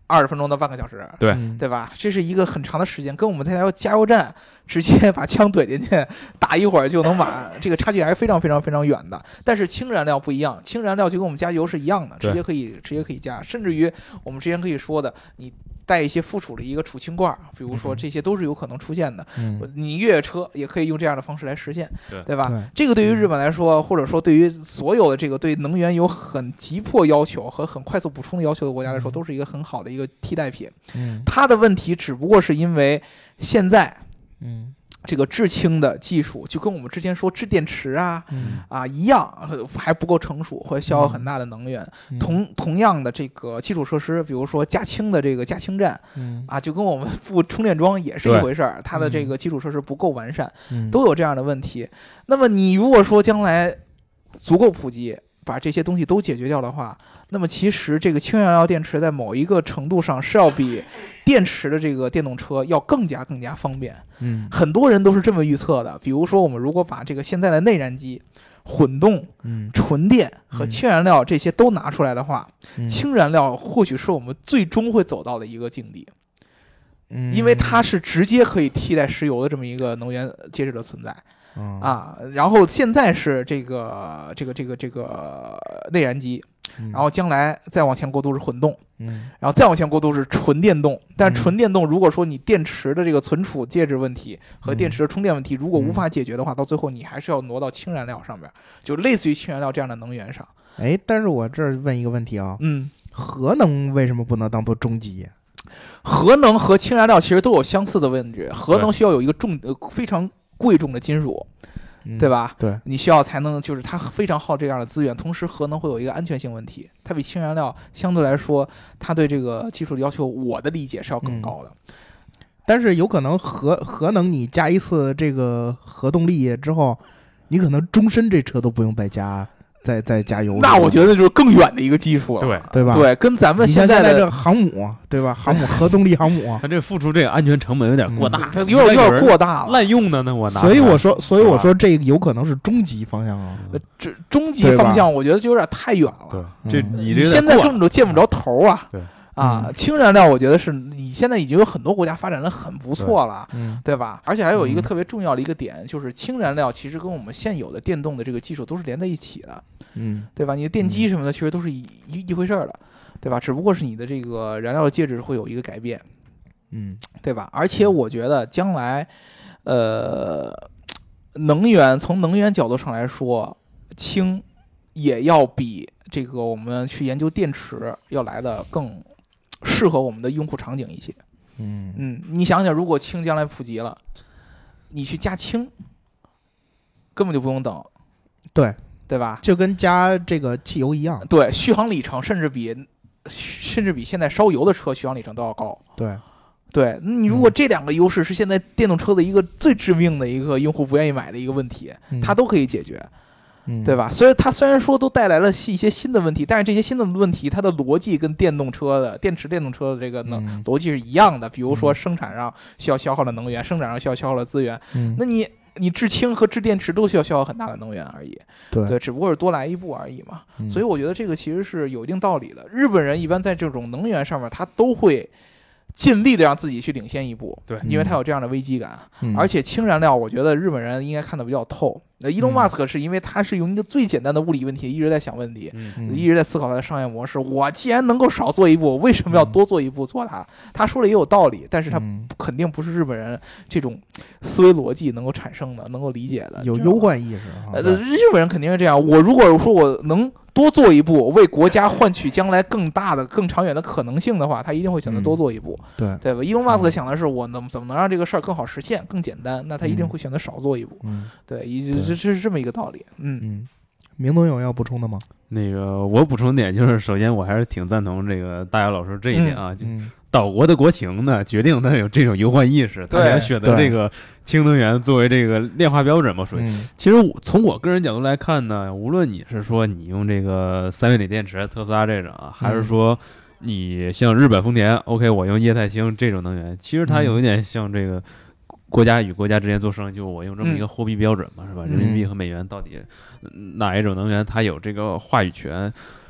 S2: 二十分钟到半个小时，
S3: 对
S2: 对吧？这是一个很长的时间，跟我们在加油加油站直接把枪怼进去打一会儿就能满，这个差距还是非常非常非常远的。但是氢燃料不一样，氢燃料就跟我们加油是一样的，直接可以直接可以加，甚至于我们之前可以说的，你带一些附属的一个储氢罐，比如说这些都是有可能出现的。
S1: 嗯、
S2: 你越野车也可以用这样的方式来实现，
S3: 对
S2: 对吧？
S1: 对
S2: 这个对于日本来说，或者说对于所有的这个对能源有很急迫要求和很快速补充的要求的国家来说，都是一个很好的一个替代品。
S1: 嗯，
S2: 它的问题只不过是因为现在，
S1: 嗯。
S2: 这个制氢的技术就跟我们之前说制电池啊、
S1: 嗯、
S2: 啊一样，还不够成熟，会消耗很大的能源。
S1: 嗯、
S2: 同同样的这个基础设施，比如说加氢的这个加氢站，
S1: 嗯、
S2: 啊，就跟我们附充电桩也是一回事儿，它的这个基础设施不够完善，
S1: 嗯、
S2: 都有这样的问题。那么你如果说将来足够普及，把这些东西都解决掉的话，那么其实这个氢燃料电池在某一个程度上是要比电池的这个电动车要更加更加方便。
S1: 嗯，
S2: 很多人都是这么预测的。比如说，我们如果把这个现在的内燃机、混动、
S1: 嗯、
S2: 纯电和氢燃料这些都拿出来的话，
S1: 嗯、
S2: 氢燃料或许是我们最终会走到的一个境地。
S1: 嗯，
S2: 因为它是直接可以替代石油的这么一个能源介质的存在。
S1: 嗯、
S2: 啊，然后现在是这个这个这个这个内燃机，
S1: 嗯、
S2: 然后将来再往前过渡是混动，
S1: 嗯，
S2: 然后再往前过渡是纯电动。但是纯电动如果说你电池的这个存储介质问题和电池的充电问题如果无法解决的话，
S1: 嗯、
S2: 到最后你还是要挪到氢燃料上面，就类似于氢燃料这样的能源上。
S1: 哎，但是我这儿问一个问题啊，
S2: 嗯，
S1: 核能为什么不能当做终极？
S2: 核能和氢燃料其实都有相似的问题，核能需要有一个重呃非常贵重的金属。对吧？
S1: 对，
S2: 你需要才能，就是它非常耗这样的资源，同时核能会有一个安全性问题，它比氢燃料相对来说，它对这个技术的要求，我的理解是要更高的。
S1: 嗯、但是有可能核核能你加一次这个核动力之后，你可能终身这车都不用再加。再再加油，
S2: 那我觉得就是更远的一个技术了，
S3: 对
S1: 对吧？
S2: 对，跟咱们
S1: 现
S2: 在
S1: 的这航母，对吧？航母核动力航母，
S3: 它这付出这个安全成本有点过大，
S2: 嗯、有点有点过大了，
S3: 滥用的呢，我拿。
S1: 所以我说，所以我说这个有可能是终极方向啊。
S2: 这终极方向，我觉得就有点太远了。
S3: 对，
S1: 嗯、
S3: 这你这
S2: 现在根本都见不着头啊。
S3: 对。
S2: 啊，
S1: 嗯、
S2: 氢燃料我觉得是你现在已经有很多国家发展的很不错了，
S1: 对,嗯、
S2: 对吧？而且还有一个特别重要的一个点，嗯、就是氢燃料其实跟我们现有的电动的这个技术都是连在一起的，
S1: 嗯，
S2: 对吧？你的电机什么的其实都是一一一回事儿的，对吧？只不过是你的这个燃料的介质会有一个改变，
S1: 嗯，
S2: 对吧？而且我觉得将来，呃，能源从能源角度上来说，氢也要比这个我们去研究电池要来的更适合我们的用户场景一些。
S1: 嗯
S2: 嗯，你想想，如果氢将来普及了，你去加氢，根本就不用等，
S1: 对
S2: 对吧？
S1: 就跟加这个汽油一样，
S2: 对，续航里程甚至比甚至比现在烧油的车续航里程都要高。
S1: 对。
S2: 对，你如果这两个优势是现在电动车的一个最致命的一个用户不愿意买的一个问题，
S1: 嗯、
S2: 它都可以解决。
S1: 嗯、
S2: 对吧？所以它虽然说都带来了一些新的问题，但是这些新的问题，它的逻辑跟电动车的电池电动车的这个呢、
S1: 嗯、
S2: 逻辑是一样的。比如说生产上需要消耗的能源，生产上需要消耗的资源，
S1: 嗯、
S2: 那你你制氢和制电池都需要消耗很大的能源而已。
S1: 对，
S2: 对，只不过是多来一步而已嘛。
S1: 嗯、
S2: 所以我觉得这个其实是有一定道理的。日本人一般在这种能源上面，他都会尽力的让自己去领先一步，
S3: 对，
S2: 因为他有这样的危机感。
S1: 嗯、
S2: 而且氢燃料，我觉得日本人应该看得比较透。那伊隆马斯克是因为他是用一个最简单的物理问题一直在想问题，
S3: 嗯、
S2: 一直在思考他的商业模式。我既然能够少做一步，我为什么要多做一步做它？他说的也有道理，但是他肯定不是日本人这种思维逻辑能够产生的、能够理解的。
S1: 有忧患意识。
S2: 呃，日本人肯定是这样。我如果说我能多做一步，为国家换取将来更大的、更长远的可能性的话，他一定会选择多做一步，
S1: 嗯、
S2: 对对吧？伊隆马斯克想的是我能怎么能让这个事儿更好实现、更简单，那他一定会选择少做一步。
S1: 嗯，
S2: 对，这这是这么一个道理。嗯
S1: 嗯，明总有要补充的吗？
S3: 那个我补充点就是，首先我还是挺赞同这个大姚老师这一点啊，
S1: 嗯、
S3: 就岛国的国情呢，决定他有这种忧患意识，他才选择这个氢能源作为这个炼化标准嘛。属于，
S1: 嗯、
S3: 其实我从我个人角度来看呢，无论你是说你用这个三元锂电池，特斯拉这种啊，还是说你像日本丰田 ，OK， 我用液态氢这种能源，其实它有一点像这个。国家与国家之间做生意，就我用这么一个货币标准嘛，
S2: 嗯、
S3: 是吧？人民币和美元到底哪一种能源它有这个话语权？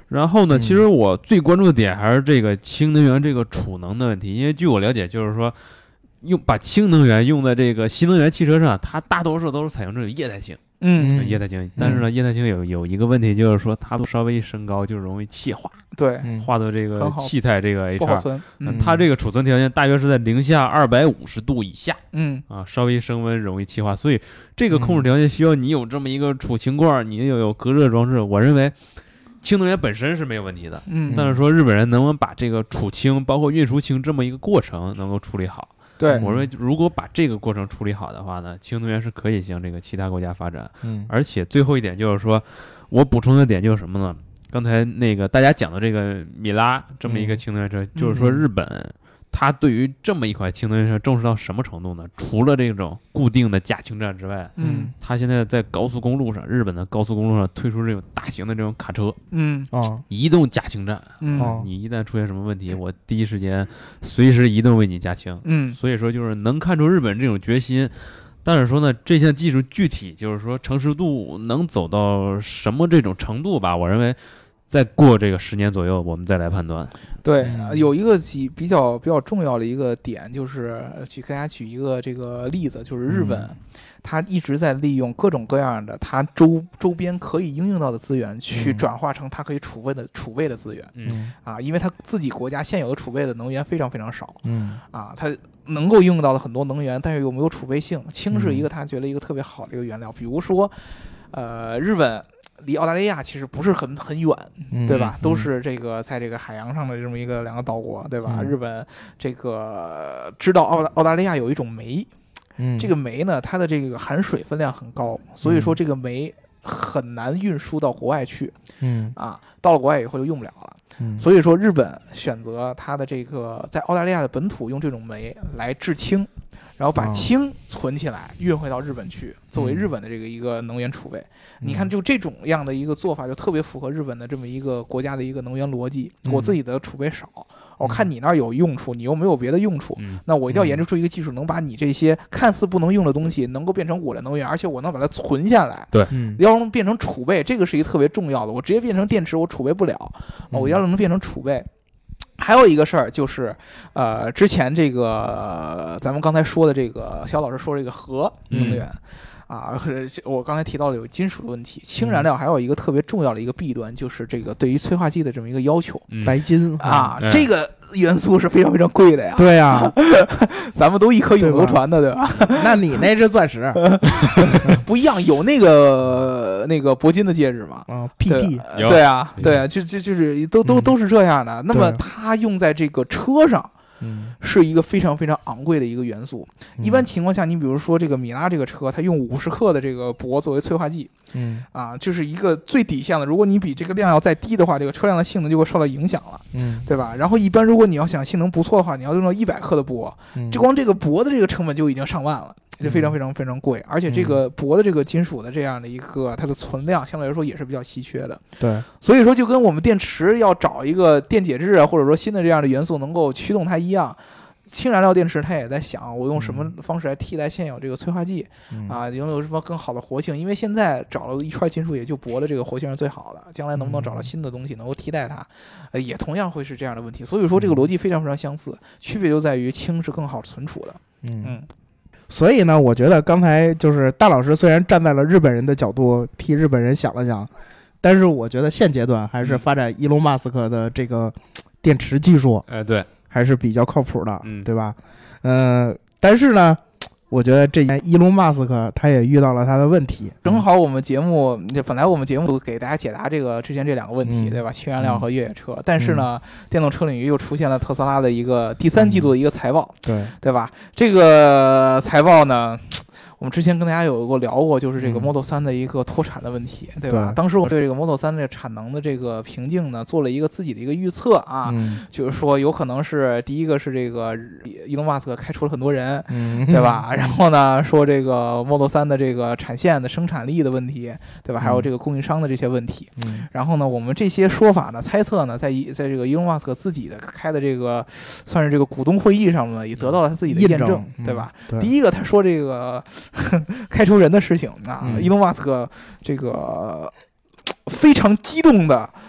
S3: 然后呢，
S1: 嗯
S3: 其实我最关注的点还是这个氢能源这个储能的问题，因为据我了解，就是说用把氢能源用在这个新能源汽车上，它大多数都是采用这种液态氢。
S2: 嗯，
S3: 液态氢，但是呢，液态氢有有一个问题，就是说它稍微一升高就容易气化，
S2: 对，
S1: 嗯
S3: 化到这个
S2: 很好
S3: 气态这个
S2: 不好
S3: H 二。
S2: 存。
S3: 嗯，它这个储存条件大约是在零下二百五十度以下
S2: 嗯
S3: 啊，稍微升温容易气化，所以这个控制条件需要你有这么一个储氢罐，你又有隔热装置。我认为氢能源本身是没有问题的，
S2: 嗯，
S3: 但是说日本人能不能把这个储氢包括运输氢这么一个过程能够处理好？
S2: 对，
S3: 我认为如果把这个过程处理好的话呢，氢能源是可以向这个其他国家发展。
S1: 嗯，
S3: 而且最后一点就是说，我补充的点就是什么呢？刚才那个大家讲的这个米拉这么一个氢能源车，
S2: 嗯、
S3: 就是说日本它对于这么一款氢能源车重视到什么程度呢？除了这种固定的加氢站之外，
S2: 嗯，
S3: 它现在在高速公路上，日本的高速公路上推出这种大型的这种卡车，
S2: 嗯
S1: 哦，
S3: 移动加氢站。
S2: 嗯
S1: 哦
S3: 你一旦出现什么问题，我第一时间随时移动为你加氢。
S2: 嗯，
S3: 所以说就是能看出日本这种决心。但是说呢，这项技术具体就是说成熟度能走到什么这种程度吧？我认为再过这个十年左右，我们再来判断。
S2: 对，
S1: 嗯
S2: 有一个几比较比较重要的一个点，就是去给大家举一个这个例子，就是日本，
S1: 嗯、
S2: 它一直在利用各种各样的它周周边可以应用到的资源，去转化成它可以储备的储备的资源。
S3: 嗯
S2: 啊，因为它自己国家现有的储备的能源非常非常少。
S1: 嗯
S2: 啊，它能够应用到的很多能源，但是又没有储备性。氢是一个他觉得一个特别好的一个原料，比如说，呃，日本离澳大利亚其实不是很很远，
S1: 嗯、
S2: 对吧？
S1: 嗯、
S2: 都是这个在这个海洋上的这么一个两个岛国，对吧？
S1: 嗯、
S2: 日本这个知道澳大澳大利亚有一种煤，
S1: 嗯，
S2: 这个煤呢，它的这个含水分量很高，所以说这个煤很难运输到国外去。
S1: 嗯
S2: 啊，到了国外以后就用不了了。
S1: 嗯，
S2: 所以说日本选择它的这个在澳大利亚的本土用这种煤来制氢，然后把氢存起来运回到日本去，作为日本的这个一个能源储备。
S1: 嗯、
S2: 你看，就这种样的一个做法，就特别符合日本的这么一个国家的一个能源逻辑。
S1: 嗯、
S2: 我自己的储备少，我看你那儿有用处，你又没有别的用处，
S3: 嗯、
S2: 那我一定要研究出一个技术，能把你这些看似不能用的东西，能够变成我的能源，而且我能把它存下来。
S3: 对，
S1: 嗯，
S2: 要能变成储备，这个是一个特别重要的。我直接变成电池，我储备不了，我要能变成储备。还有一个事儿就是，呃，之前这个、呃、咱们刚才说的这个肖老师说这个核能源。嗯啊，我刚才提到了有金属的问题，氢燃料还有一个特别重要的一个弊端，就是这个对于催化剂的这么一个要求，
S3: 嗯、
S1: 白金
S2: 啊，
S3: 嗯、
S2: 这个元素是非常非常贵的呀。
S1: 对呀，
S2: 咱们都一颗永流传的，对吧？
S1: 那你那是钻石，
S2: 不一样，有那个那个铂金的戒指嘛？
S1: 啊 ，P T，
S2: 对啊，对啊，就就就是都都都是这样的。那么它用在这个车上。
S1: 嗯，
S2: 是一个非常非常昂贵的一个元素。
S1: 嗯、
S2: 一般情况下，你比如说这个米拉这个车，它用五十克的这个铂作为催化剂，
S1: 嗯
S2: 啊，就是一个最底线的。如果你比这个量要再低的话，这个车辆的性能就会受到影响了，
S1: 嗯，
S2: 对吧？然后一般如果你要想性能不错的话，你要用到一百克的铂，
S1: 嗯、
S2: 这光这个铂的这个成本就已经上万了。就非常非常非常贵，而且这个铂的这个金属的这样的一个它的存量相对来说也是比较稀缺的。
S1: 对，
S2: 所以说就跟我们电池要找一个电解质啊，或者说新的这样的元素能够驱动它一样，氢燃料电池它也在想我用什么方式来替代现有这个催化剂、
S1: 嗯、
S2: 啊，拥有什么更好的活性？因为现在找了一串金属，也就铂的这个活性是最好的，将来能不能找到新的东西能够替代它，呃，也同样会是这样的问题。所以说这个逻辑非常非常相似，区别就在于氢是更好存储的。
S1: 嗯。
S2: 嗯，
S1: 所以呢，我觉得刚才就是大老师虽然站在了日本人的角度替日本人想了想，但是我觉得现阶段还是发展伊隆马斯克的这个电池技术，
S3: 哎、嗯，对，
S1: 还是比较靠谱的，
S3: 嗯，
S1: 对吧？呃，但是呢，我觉得这年伊隆马斯克他也遇到了他的问题。
S2: 正好我们节目本来我们节目给大家解答这个之前这两个问题，
S1: 嗯、
S2: 对吧？氢燃料和越野车，嗯、但是呢，嗯、电动车领域又出现了特斯拉的一个第三季度的一个财报，
S1: 对、嗯、
S2: 对吧？这个财报呢，我们之前跟大家有过聊过，就是这个 Model 三的一个脱产的问题，嗯、对吧？
S1: 对，
S2: 当时我对这个 Model 三的产能的这个瓶颈呢，做了一个自己的一个预测啊，
S1: 嗯、
S2: 就是说有可能是第一个是这个伊隆马斯克开除了很多人，
S1: 嗯、
S2: 对吧？然后呢，说这个 Model 三的这个产线的生产力的问题，对吧？还有这个供应商的这些问题。
S1: 嗯、
S2: 然后呢，我们这些说法呢、猜测呢，在在这个伊隆马斯克自己的开的这个算是这个股东会议上呢，也得到了他自己的验证，
S1: 嗯、
S2: 对吧？
S1: 对，
S2: 第一个他说这个开人的事情啊，
S1: 嗯、
S2: 伊隆马斯克这个非常激动的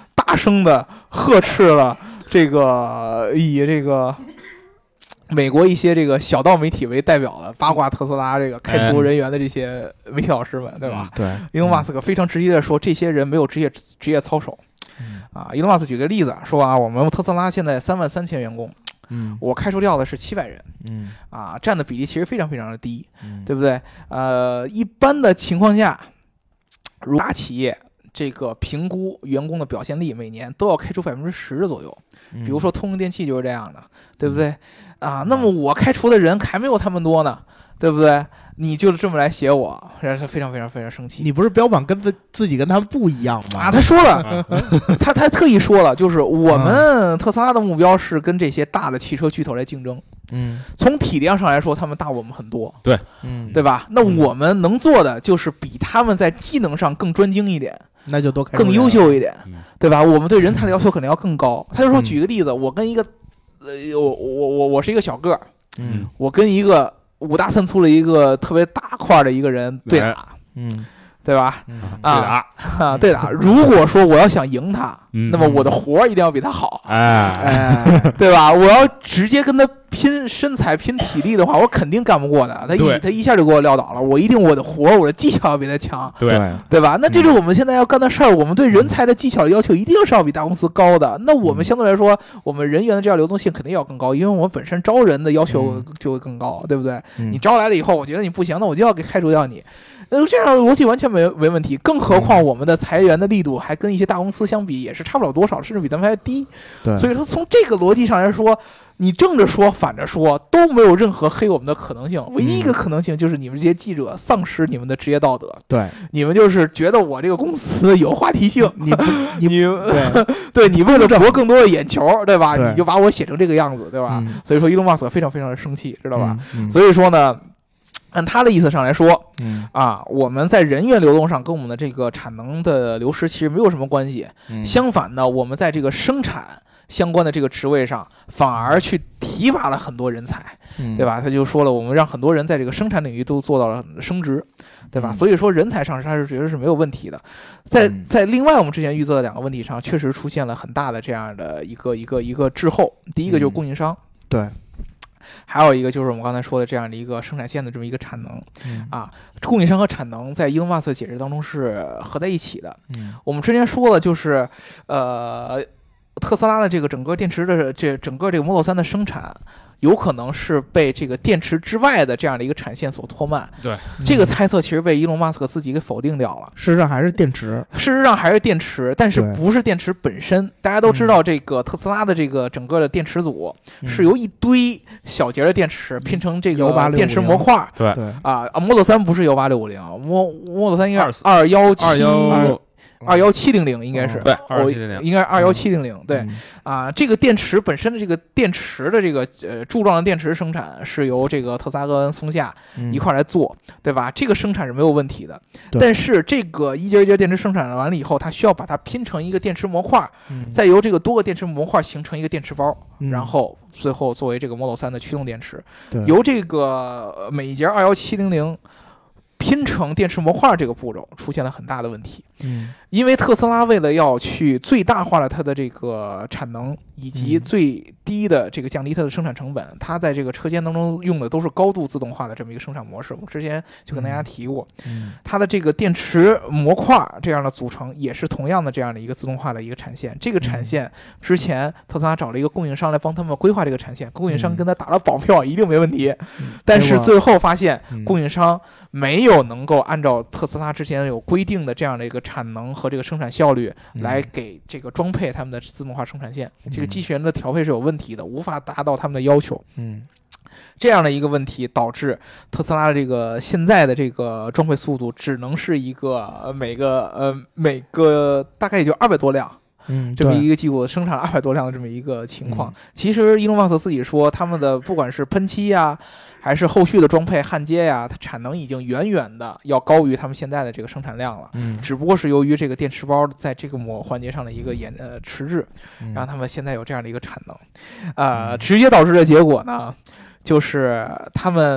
S2: 大声的呵斥了这个以这个美国一些这个小道媒体为代表的八卦特斯拉这个开除人员的这些媒体老师们，对吧？
S1: 对，
S2: 伊隆马斯克非常直接的说，这些人没有职业职业操守。啊，伊隆马斯克举个例子说啊，我们特斯拉现在三万三千员工，
S1: 嗯，
S2: 我开除掉的是七百人，
S1: 嗯，
S2: 啊，占的比例其实非常非常的低，
S1: 嗯，
S2: 对不对？呃，一般的情况下，如大企业这个评估员工的表现力，每年都要开除百分之十左右。比如说通用电气就是这样的，对不对？啊，那么我开除的人还没有他们多呢，对不对？你就这么来写我，让他非常非常非常生气。
S1: 你不是标榜跟自自己跟他们不一样吗？
S2: 啊，他说了，他他特意说了，就是我们特斯拉的目标是跟这些大的汽车巨头来竞争。
S1: 嗯，
S2: 从体量上来说，他们大我们很多，
S3: 对，
S1: 嗯，
S2: 对吧？那我们能做的就是比他们在技能上更专精一点，
S1: 那就多开
S2: 更优秀一点，
S3: 嗯、
S2: 对吧？我们对人才的要求可能要更高。他就说，举个例子，我跟一个，呃，我我我我是一个小个儿，
S1: 嗯，
S2: 我跟一个五大三粗的一个特别大块的一个人对打，
S1: 嗯。
S2: 对吧？
S1: 嗯、
S2: 啊，
S3: 对打
S2: 啊，对打。如果说我要想赢他，
S3: 嗯、
S2: 那么我的活儿一定要比他好，
S3: 哎
S2: 哎，对吧？我要直接跟他拼身材、拼体力的话，我肯定干不过他。他一他一下就给我撂倒了。我一定我的活儿、我的技巧要比他强，
S3: 对
S2: 对吧？那这是我们现在要干的事儿。我们对人才的技巧的要求一定是要比大公司高的。那我们相对来说，我们人员的这样流动性肯定要更高，因为我们本身招人的要求就会更高，对不对？
S1: 嗯、
S2: 你招来了以后，我觉得你不行，那我就要给开除掉你。那这样的逻辑完全没没问题，更何况我们的裁员的力度还跟一些大公司相比也是差不了多少，甚至比咱们还低。
S1: 对，
S2: 所以说从这个逻辑上来说，你正着说反着说都没有任何黑我们的可能性，唯一一个可能性就是你们这些记者丧失你们的职业道德。
S1: 对，
S2: 你们就是觉得我这个公司有话题性，
S1: 你你
S2: 你
S1: 对
S2: 对你为了博更多的眼球，对吧？
S1: 对
S2: 你就把我写成这个样子，对吧？
S1: 嗯、
S2: 所以说伊隆马斯克非常非常的生气，知道吧？
S1: 嗯嗯、
S2: 所以说呢。按他的意思上来说，
S1: 嗯
S2: 啊，我们在人员流动上跟我们的这个产能的流失其实没有什么关系。
S1: 嗯、
S2: 相反呢，我们在这个生产相关的这个职位上，反而去提拔了很多人才，
S1: 嗯、
S2: 对吧？他就说了，我们让很多人在这个生产领域都做到了升职，对吧？
S1: 嗯、
S2: 所以说人才上他是觉得是没有问题的。在在另外我们之前预测的两个问题上，确实出现了很大的这样的一个一个一个滞后。第一个就是供应商，
S1: 嗯、对。
S2: 还有一个就是我们刚才说的这样的一个生产线的这么一个产能，
S1: 嗯、
S2: 啊，供应商和产能在伊隆马斯克解释当中是合在一起的。
S1: 嗯、
S2: 我们之前说了，就是呃，特斯拉的这个整个电池的这整个这个 Model 三的生产，有可能是被这个电池之外的这样的一个产线所拖慢。
S3: 对，
S2: 这个猜测其实被伊隆马斯克自己给否定掉了。
S1: 事实上还是电池，
S2: 事实上还是电池，但是不是电池本身。大家都知道，这个特斯拉的这个整个的电池组是由一堆小节的电池拼成这个电池模块。
S3: 对
S1: 对
S2: 啊 ，Model 三不是幺八六五零，Model 三应该是二幺七
S3: 二幺。
S2: 二幺七零零应该是
S3: 对，二幺七零零
S2: 应该是二幺七零零对、
S1: 嗯、
S2: 啊，这个电池本身的这个电池的这个呃柱状的电池生产是由这个特斯拉跟松下一块来做，嗯、对吧？这个生产是没有问题的，但是这个一节一节电池生产完了以后，它需要把它拼成一个电池模块，
S1: 嗯、
S2: 再由这个多个电池模块形成一个电池包，
S1: 嗯、
S2: 然后最后作为这个 Model 三的驱动电池，由这个每一节二幺七零零。拼成电池模块这个步骤出现了很大的问题，
S1: 嗯，
S2: 因为特斯拉为了要去最大化了它的这个产能以及最低的这个降低它的生产成本，它在这个车间当中用的都是高度自动化的这么一个生产模式。我之前就跟大家提过，
S1: 嗯，
S2: 它的这个电池模块这样的组成也是同样的这样的一个自动化的一个产线。这个产线之前特斯拉找了一个供应商来帮他们规划这个产线，供应商跟他打了保票，一定没问题，但是最后发现供应商没有能够按照特斯拉之前有规定的这样的一个产能和这个生产效率来给这个装配他们的自动化生产线，这个机器人的调配是有问题的，无法达到他们的要求。
S1: 嗯，
S2: 这样的一个问题导致特斯拉的这个现在的这个装配速度只能是一个每个呃每个大概也就二百多辆。
S1: 嗯，
S2: 这么一个季度生产了二百多辆的这么一个情况。嗯、其实伊隆马斯克自己说，他们的不管是喷漆呀，还是后续的装配焊接呀，它产能已经远远的要高于他们现在的这个生产量了。
S1: 嗯，
S2: 只不过是由于这个电池包在这个模环节上的一个延呃迟滞，让他们现在有这样的一个产能，呃，直接导致的结果呢，就是他们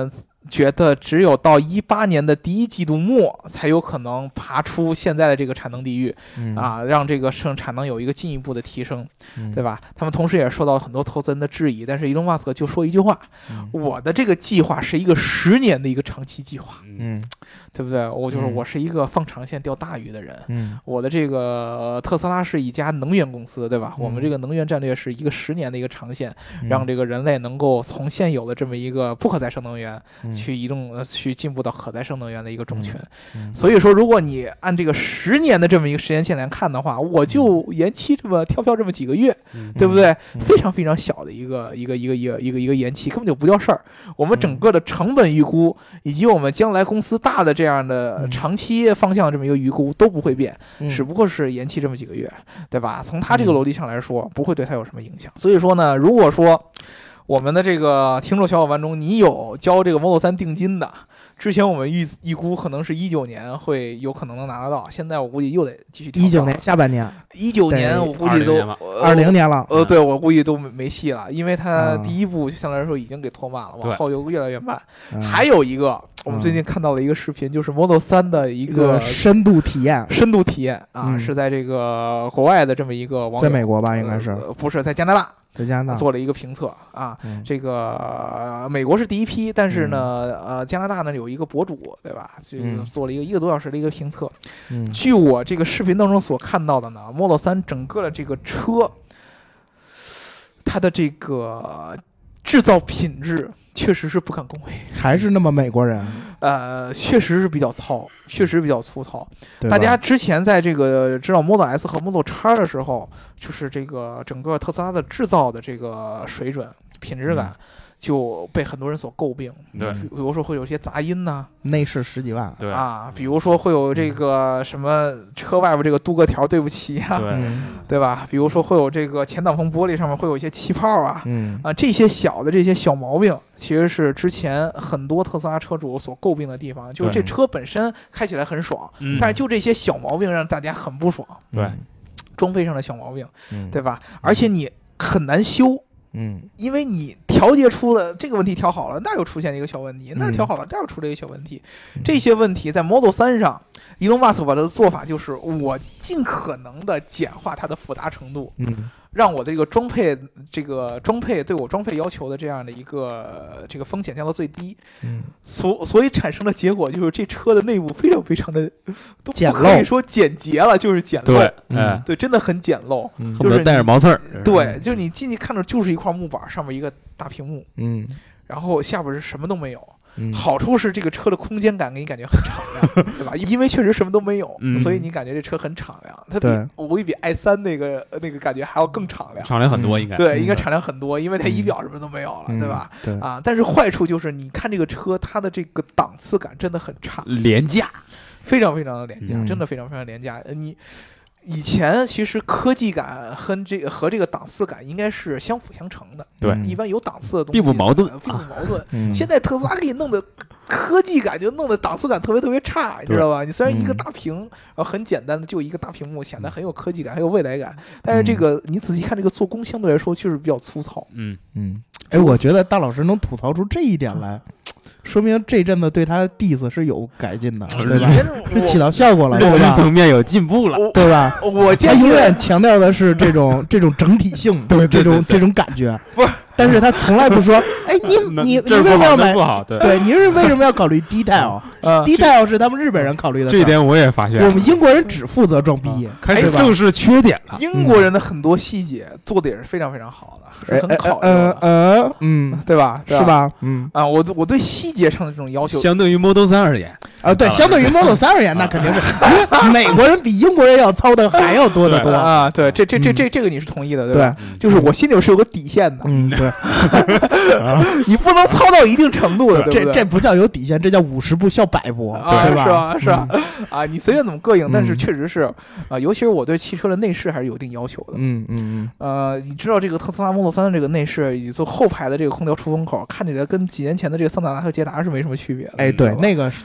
S2: 觉得只有到一八年的第一季度末才有可能爬出现在的这个产能地域、
S1: 嗯、
S2: 啊，让这个生产能有一个进一步的提升，
S1: 嗯、
S2: 对吧？他们同时也受到了很多投资人的质疑，但是伊隆马斯克就说一句话、嗯：“我的这个计划是一个十年的一个长期计划。”
S1: 嗯，
S2: 对不对？我就是我是一个放长线钓大鱼的人。
S1: 嗯，
S2: 我的这个特斯拉是一家能源公司，对吧？
S1: 嗯、
S2: 我们这个能源战略是一个十年的一个长线，嗯、让这个人类能够从现有的这么一个不可再生能源、嗯、去移动。去进步到可再生能源的一个种群、嗯嗯，所以说，如果你按这个十年的这么一个时间线来看的话，我就延期这么跳票这么几个月，
S1: 嗯、
S2: 对不对、
S1: 嗯？
S2: 非常非常小的一个一个一个一个一个一个延期，根本就不叫事儿。我们整个的成本预估以及我们将来公司大的这样的长期方向这么一个预估都不会变，
S1: 嗯、
S2: 只不过是延期这么几个月，对吧？从它这个逻辑上来说，不会对它有什么影响。所以说呢，如果说我们的这个听众小伙伴中，你有交这个 Model 三定金的，之前我们预预估可能是一九年会有可能能拿得到，现在我估计又得继续调。
S1: 一九年下半年，
S2: 一九年我估计都
S1: 二零年了。
S2: 呃，对我估计都没没戏了，因为它第一步相对来说已经给拖慢了，往后就越来越慢。还有一个，我们最近看到了一个视频，就是 Model 三的一个
S1: 深度体验，
S2: 深度体验啊，
S1: 嗯、
S2: 是在这个国外的这么一个网友，
S1: 在美国吧，应该是、
S2: 呃、不是在加拿大。
S1: 在加拿大
S2: 做了一个评测啊、嗯，这个、呃、美国是第一批，但是呢，嗯、呃，加拿大呢有一个博主，对吧？这个做了一个一个多小时的一个评测。
S1: 嗯，
S2: 据我这个视频当中所看到的呢 ，Model 三整个的这个车，它的这个制造品质确实是不敢恭维，
S1: 还是那么美国人。
S2: 呃，确实是比较糙，确实比较粗糙。大家之前在这个知道 Model S 和 Model X 的时候，就是这个整个特斯拉的制造的这个水准、品质感。嗯，就被很多人所诟病，
S3: 对，
S2: 比如说会有些杂音呐、
S1: 啊，内饰十几万，
S3: 对
S2: 啊，比如说会有这个什么车外边这个镀铬条对不齐呀、啊，
S3: 对，
S2: 对吧？比如说会有这个前挡风玻璃上面会有一些气泡啊，
S1: 嗯
S2: 啊，这些小的这些小毛病，其实是之前很多特斯拉车主所诟病的地方，就是这车本身开起来很爽，但是就这些小毛病让大家很不爽，
S3: 对，
S2: 装配上的小毛病，
S1: 嗯、
S2: 对吧？而且你很难修。
S1: 嗯，
S2: 因为你调节出了这个问题，调好了，那又出现一个小问题，那调好了，这又出了一个小问题。
S1: 嗯、
S2: 这些问题在 Model 三上，伊隆马斯克把他的做法就是我尽可能的简化它的复杂程度，
S1: 嗯，
S2: 让我的这个装配这个装配对我装配要求的这样的一个这个风险降到最低。
S1: 嗯，
S2: 所所以产生的结果就是这车的内部非常非常的都
S1: 简
S2: 不可以说简洁了，就是简陋。
S3: 对，
S1: 嗯，
S2: 对，真的很简陋，
S1: 嗯、
S2: 就是
S3: 带着毛刺儿。
S2: 对，就是你进去看着就是一块木板，上面一个大屏幕，
S1: 嗯，
S2: 然后下边是什么都没有。
S1: 嗯、
S2: 好处是这个车的空间感给你感觉很敞亮，对吧？因为确实什么都没有，
S3: 嗯、
S2: 所以你感觉这车很敞亮。它比我估计比 i 三那个那个感觉还要更敞亮，
S3: 敞亮很多应该。
S2: 对，应该敞亮很多，因为它仪表什么都没有了，
S1: 嗯、
S2: 对吧？
S1: 对
S2: 啊，但是坏处就是你看这个车，它的这个档次感真的很差，
S3: 廉价，
S2: 非常非常的廉价，
S1: 嗯、
S2: 真的非常非常廉价。你。以前其实科技感和这个和这个档次感应该是相辅相成的，
S3: 对，
S2: 一般有档次的东西
S3: 并不矛盾，
S2: 并不矛盾。
S1: 嗯、
S2: 现在特斯拉给你弄的科技感就弄的档次感特别特别差，你知道吧？你虽然一个大屏，然后很简单的就一个大屏幕，显得很有科技感，很有未来感，但是这个你仔细看这个做工相对来说确实比较粗糙。
S3: 嗯
S1: 嗯，哎，我觉得大老师能吐槽出这一点来。说明这阵子对他 diss 是有改进的，对吧？是起到效果了，
S3: 认知层面有进步了，
S1: 对吧？
S2: 我
S1: 他永远强调的是这种这种整体性，对这种这种感觉。
S2: 不是，
S1: 但是他从来不说，哎，你你你为什么要买？
S3: 不好，对，
S1: 对，你是为什么要考虑 detail？detail 是他们日本人考虑的，
S3: 这一点我也发现。
S1: 我们英国人只负责装逼，
S3: 开始正视缺点了。
S2: 英国人的很多细节做的也是非常非常好的，是很考究
S1: 的，呃嗯，
S2: 对吧？
S1: 是吧？嗯
S2: 啊，我我对细节上的这种要求，
S3: 相对于 Model 三而言，
S1: 啊，对，相对于 Model 三而言，那肯定是，因为美国人比英国人要操的还要多得多
S2: 啊。对，这这这这这个你是同意的，
S1: 对
S2: 吧？就是我心里是有个底线的，
S1: 嗯，对，
S2: 你不能操到一定程度的，对不对？
S1: 这这不叫有底线，这叫五十步笑百步，对吧？
S2: 是吧？是吧？啊，你随便怎么膈应，但是确实是啊，尤其是我对汽车的内饰还是有一定要求的。
S1: 嗯嗯嗯。
S2: 呃，你知道这个特斯拉 Model 三的这个内饰，以及坐后排的这个空调出风口，看起来跟几年前的这个桑塔纳和捷达是没什么区别的。
S1: 哎，对，那个确实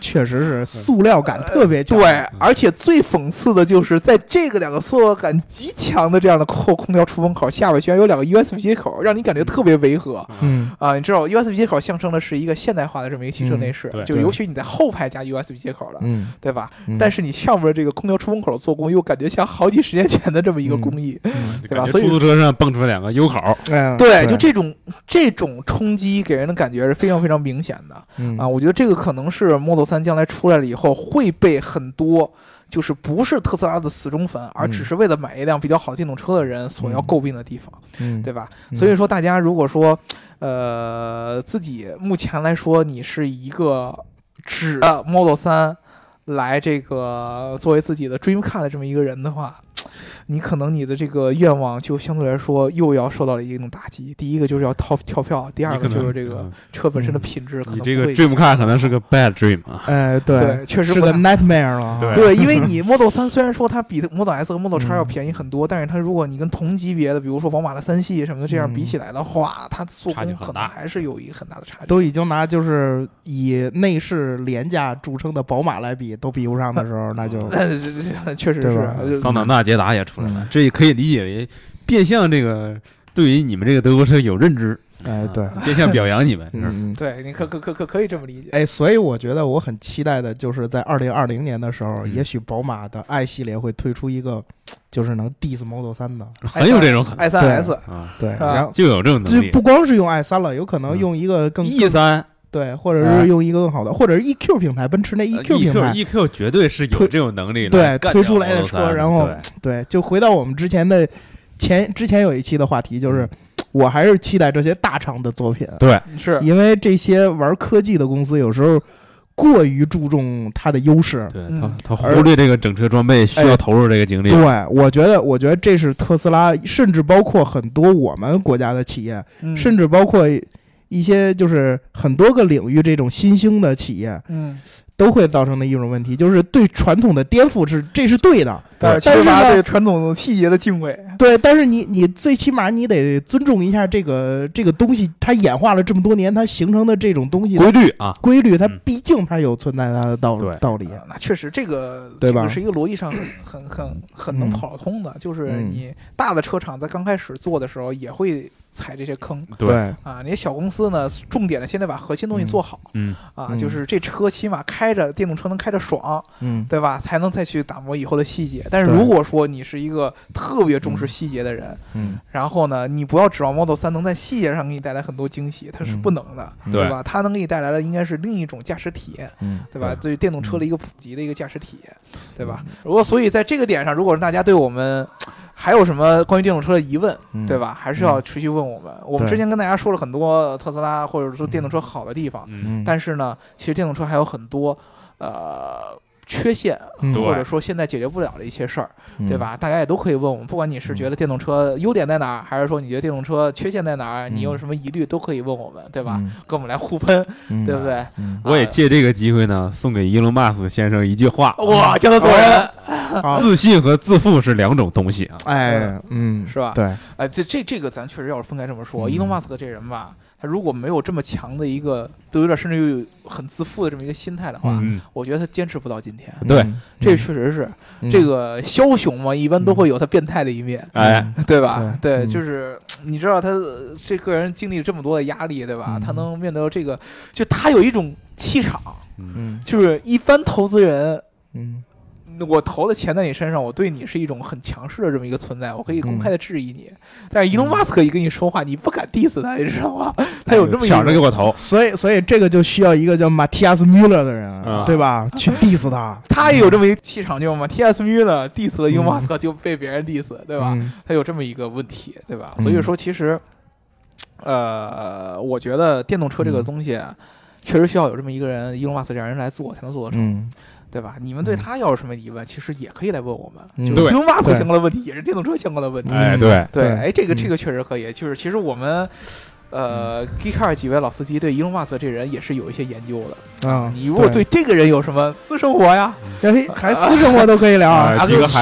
S1: 是塑料感特别强。
S2: 对，而且最讽刺的就是在这个两个塑料感极强的这样的后空调出风口下边，居然有两个 U S B 接口，让你感觉特别违和。
S1: 嗯
S2: 啊，你知道 U S B 接口象征的是一个现代化的这么一个汽车内饰，
S3: 嗯、
S2: 就尤其你在后排加 U S B 接口了，
S1: 嗯，
S2: 对吧？
S1: 嗯、
S2: 但是你上面的这个空调出风口做工又感觉像好几十年前的这么一个工艺，
S1: 嗯
S2: 嗯、对吧？所以
S3: 出租车上蹦出来两个 U 口，
S1: 嗯、
S2: 对，就这种这种冲击给人的感觉是非常非常明显的。
S1: 嗯、
S2: 啊，我觉得这个可能是 Model 三将来出来了以后会被很多就是不是特斯拉的死忠粉，而只是为了买一辆比较好的电动车的人所要诟病的地方，
S1: 嗯、
S2: 对吧？所以说大家如果说呃自己目前来说你是一个指 Model 三来这个作为自己的 Dream Car 的这么一个人的话，你可能你的这个愿望就相对来说又要受到了一定打击。第一个就是要跳跳票，第二个就是这个车本身的品质可能
S3: 你这个 Dream Car 可能是个 bad dream 啊。
S1: 哎，对，
S2: 对，确实
S1: 是个 nightmare 了。
S3: 对，
S2: 对，因为你 Model 三虽然说它比 Model S 和 Model X 要便宜很多，嗯、但是它如果你跟同级别的，比如说宝马的三系什么的这样比起来的话，嗯、它做工可能还是有一个很大的差距。
S1: 都已经拿就是以内饰廉价著称的宝马来比，都比不上的时候，那就
S2: 确实是。
S3: 桑塔纳、捷达也出来了，嗯、这也可以理解为变相这个对于你们这个德国车有认知。
S1: 哎，对，
S3: 变相表扬你们。
S1: 嗯，
S2: 对，你可可可可可以这么理解。
S1: 哎，所以我觉得我很期待的就是在二零二零年的时候，
S3: 嗯、
S1: 也许宝马的 i 系列会推出一个，就是能 diss Model 三的，
S3: 很有这种可能。
S2: i 三 S
S1: 啊，对，然后
S3: 就有这种能力，
S1: 就不光是用 i 三了，有可能用一个更
S3: E 三。
S1: 对，或者是用一个更好的，或者是 E Q 平台，奔驰那 E Q 平台
S3: ，E Q 绝对是有这种能力，
S1: 对，推出来的车，然后
S3: 对，
S1: 就回到我们之前的前之前有一期的话题，就是我还是期待这些大厂的作品，
S3: 对，
S2: 是
S1: 因为这些玩科技的公司有时候过于注重它的优势，
S3: 对他他忽略这个整车装备需要投入这个精力。
S1: 对，我觉得我觉得这是特斯拉，甚至包括很多我们国家的企业，
S2: 嗯、
S1: 甚至包括一些就是很多个领域这种新兴的企业，
S2: 嗯，
S1: 都会造成的一种问题，就是对传统的颠覆是这是对的，
S2: 但
S1: 是呢，
S2: 对传统细节的敬畏，
S1: 对，但是你你最起码你得尊重一下这个这个东西，它演化了这么多年，它形成的这种东西
S3: 规律啊，
S1: 规律，它毕竟它有存在它的道理、
S3: 嗯、
S1: 道理。
S2: 那确实这个
S1: 对吧？
S2: 是一个逻辑上很很很很能跑得通的，嗯、就是你大的车厂在刚开始做的时候也会踩这些坑，
S1: 对
S2: 啊，你小公司呢，重点的现在把核心东西做好，
S3: 嗯
S2: 啊，
S1: 嗯、
S2: 就是这车起码开着电动车能开着爽，
S1: 嗯，
S2: 对吧？才能再去打磨以后的细节。但是如果说你是一个特别重视细节的人，
S1: 嗯，
S2: 然后呢，你不要指望 Model 三能在细节上给你带来很多惊喜，它是不能的，
S1: 嗯、
S2: 对吧？它能给你带来的应该是另一种驾驶体验，
S1: 嗯，
S2: 对吧？对于电动车的一个普及的一个驾驶体验，对吧？如果所以在这个点上，如果大家对我们还有什么关于电动车的疑问，
S1: 嗯、
S2: 对吧？还是要持续问我们。嗯、我们之前跟大家说了很多特斯拉或者说电动车好的地方，
S1: 嗯、
S2: 但是呢，其实电动车还有很多呃缺陷，
S1: 嗯、
S2: 或者说现在解决不了的一些事儿，
S1: 嗯、
S2: 对吧？大家也都可以问我们，不管你是觉得电动车优点在哪儿，还是说你觉得电动车缺陷在哪儿，你有什么疑虑，都可以问我们，对吧？
S1: 嗯、
S2: 跟我们来互喷，
S1: 嗯、
S2: 对不对？
S1: 嗯、
S3: 我也借这个机会呢，送给伊隆马斯克先生一句话：
S2: 哇，教他做人。
S3: 自信和自负是两种东西啊！
S1: 哎，嗯，
S2: 是吧？
S1: 对，
S2: 哎，这这这个咱确实要是分开这么说，
S1: 嗯、
S2: 伊隆马斯克这人吧，他如果没有这么强的一个，都有点甚至有很自负的这么一个心态的话，
S3: 嗯、
S2: 我觉得他坚持不到今天。
S3: 对，
S1: 嗯、
S2: 这确实是、
S1: 嗯、
S2: 这个枭雄嘛，一般都会有他变态的一面，
S3: 哎、
S2: 嗯，对吧？
S1: 对，
S2: 对
S1: 嗯、
S2: 就是你知道他这个人经历这么多的压力，对吧？
S1: 嗯、
S2: 他能面对这个，就他有一种气场，
S1: 嗯，
S2: 就是一般投资人，
S1: 嗯。
S2: 我投了钱在你身上，我对你是一种很强势的这么一个存在，我可以公开的质疑你。
S1: 嗯、
S2: 但是伊隆马斯克一跟你说话，你不敢 diss 他，你知道吗？他有这么一
S3: 抢着给我投，
S1: 所以所以这个就需要一个叫马蒂亚斯·穆勒的人，
S3: 嗯、
S1: 对吧？去 diss 他。
S2: 他也有这么一个气场，就马蒂亚斯·穆勒 diss 了伊隆马斯克就被别人 diss，、嗯、对吧？
S1: 嗯、
S2: 他有这么一个问题，对吧？所以说，其实，呃，我觉得电动车这个东西，嗯、确实需要有这么一个人，伊隆马斯克这样人来做，才能做得成。
S1: 嗯，
S2: 对吧？你们对他要有什么疑问，嗯、其实也可以来问我们。
S1: 嗯、
S2: 就是伊隆马斯克相关的问题，也是电动车相关的问题。
S3: 哎，对
S2: 对，哎，这个这个确实可以。就是其实我们，呃 ，Geekcar 几位老司机对伊隆马斯克这人也是有一些研究的
S1: 啊。
S2: 你如果对这个人有什么私生活呀，
S1: 还私生活都可以聊
S3: 啊。
S1: 啊，
S3: 几个孩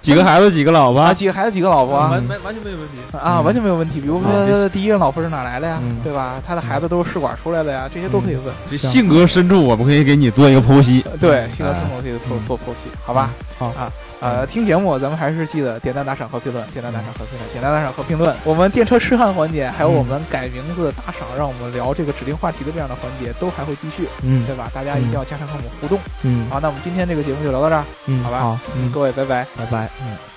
S3: 几个孩子几个老婆
S2: 啊，几个孩子几个老婆，
S3: 完完完全没有问题
S2: 啊，完全没有问题。比如说他的第一任老婆是哪来的呀，
S1: 嗯
S2: 对吧？他的孩子都是试管出来的呀，这些都可以问。
S3: 这性格深处，我们可以给你做一个剖析。
S2: 对，性格深处可以做做剖析，好吧？
S1: 好
S2: 啊。呃，听节目咱们还是记得点赞、打赏和评论，点赞、打赏和评论，点赞、打赏和评论。我们电车痴汉环节，还有我们改名字、打赏，让我们聊这个指定话题的这样的环节，都还会继续，
S1: 嗯，
S2: 对吧？大家一定要加强和我们互动。
S1: 嗯，
S2: 好，那我们今天这个节目就聊到这儿，
S1: 嗯，
S2: 好吧？
S1: 好，嗯，
S2: 各位，拜拜，
S1: 拜拜，嗯。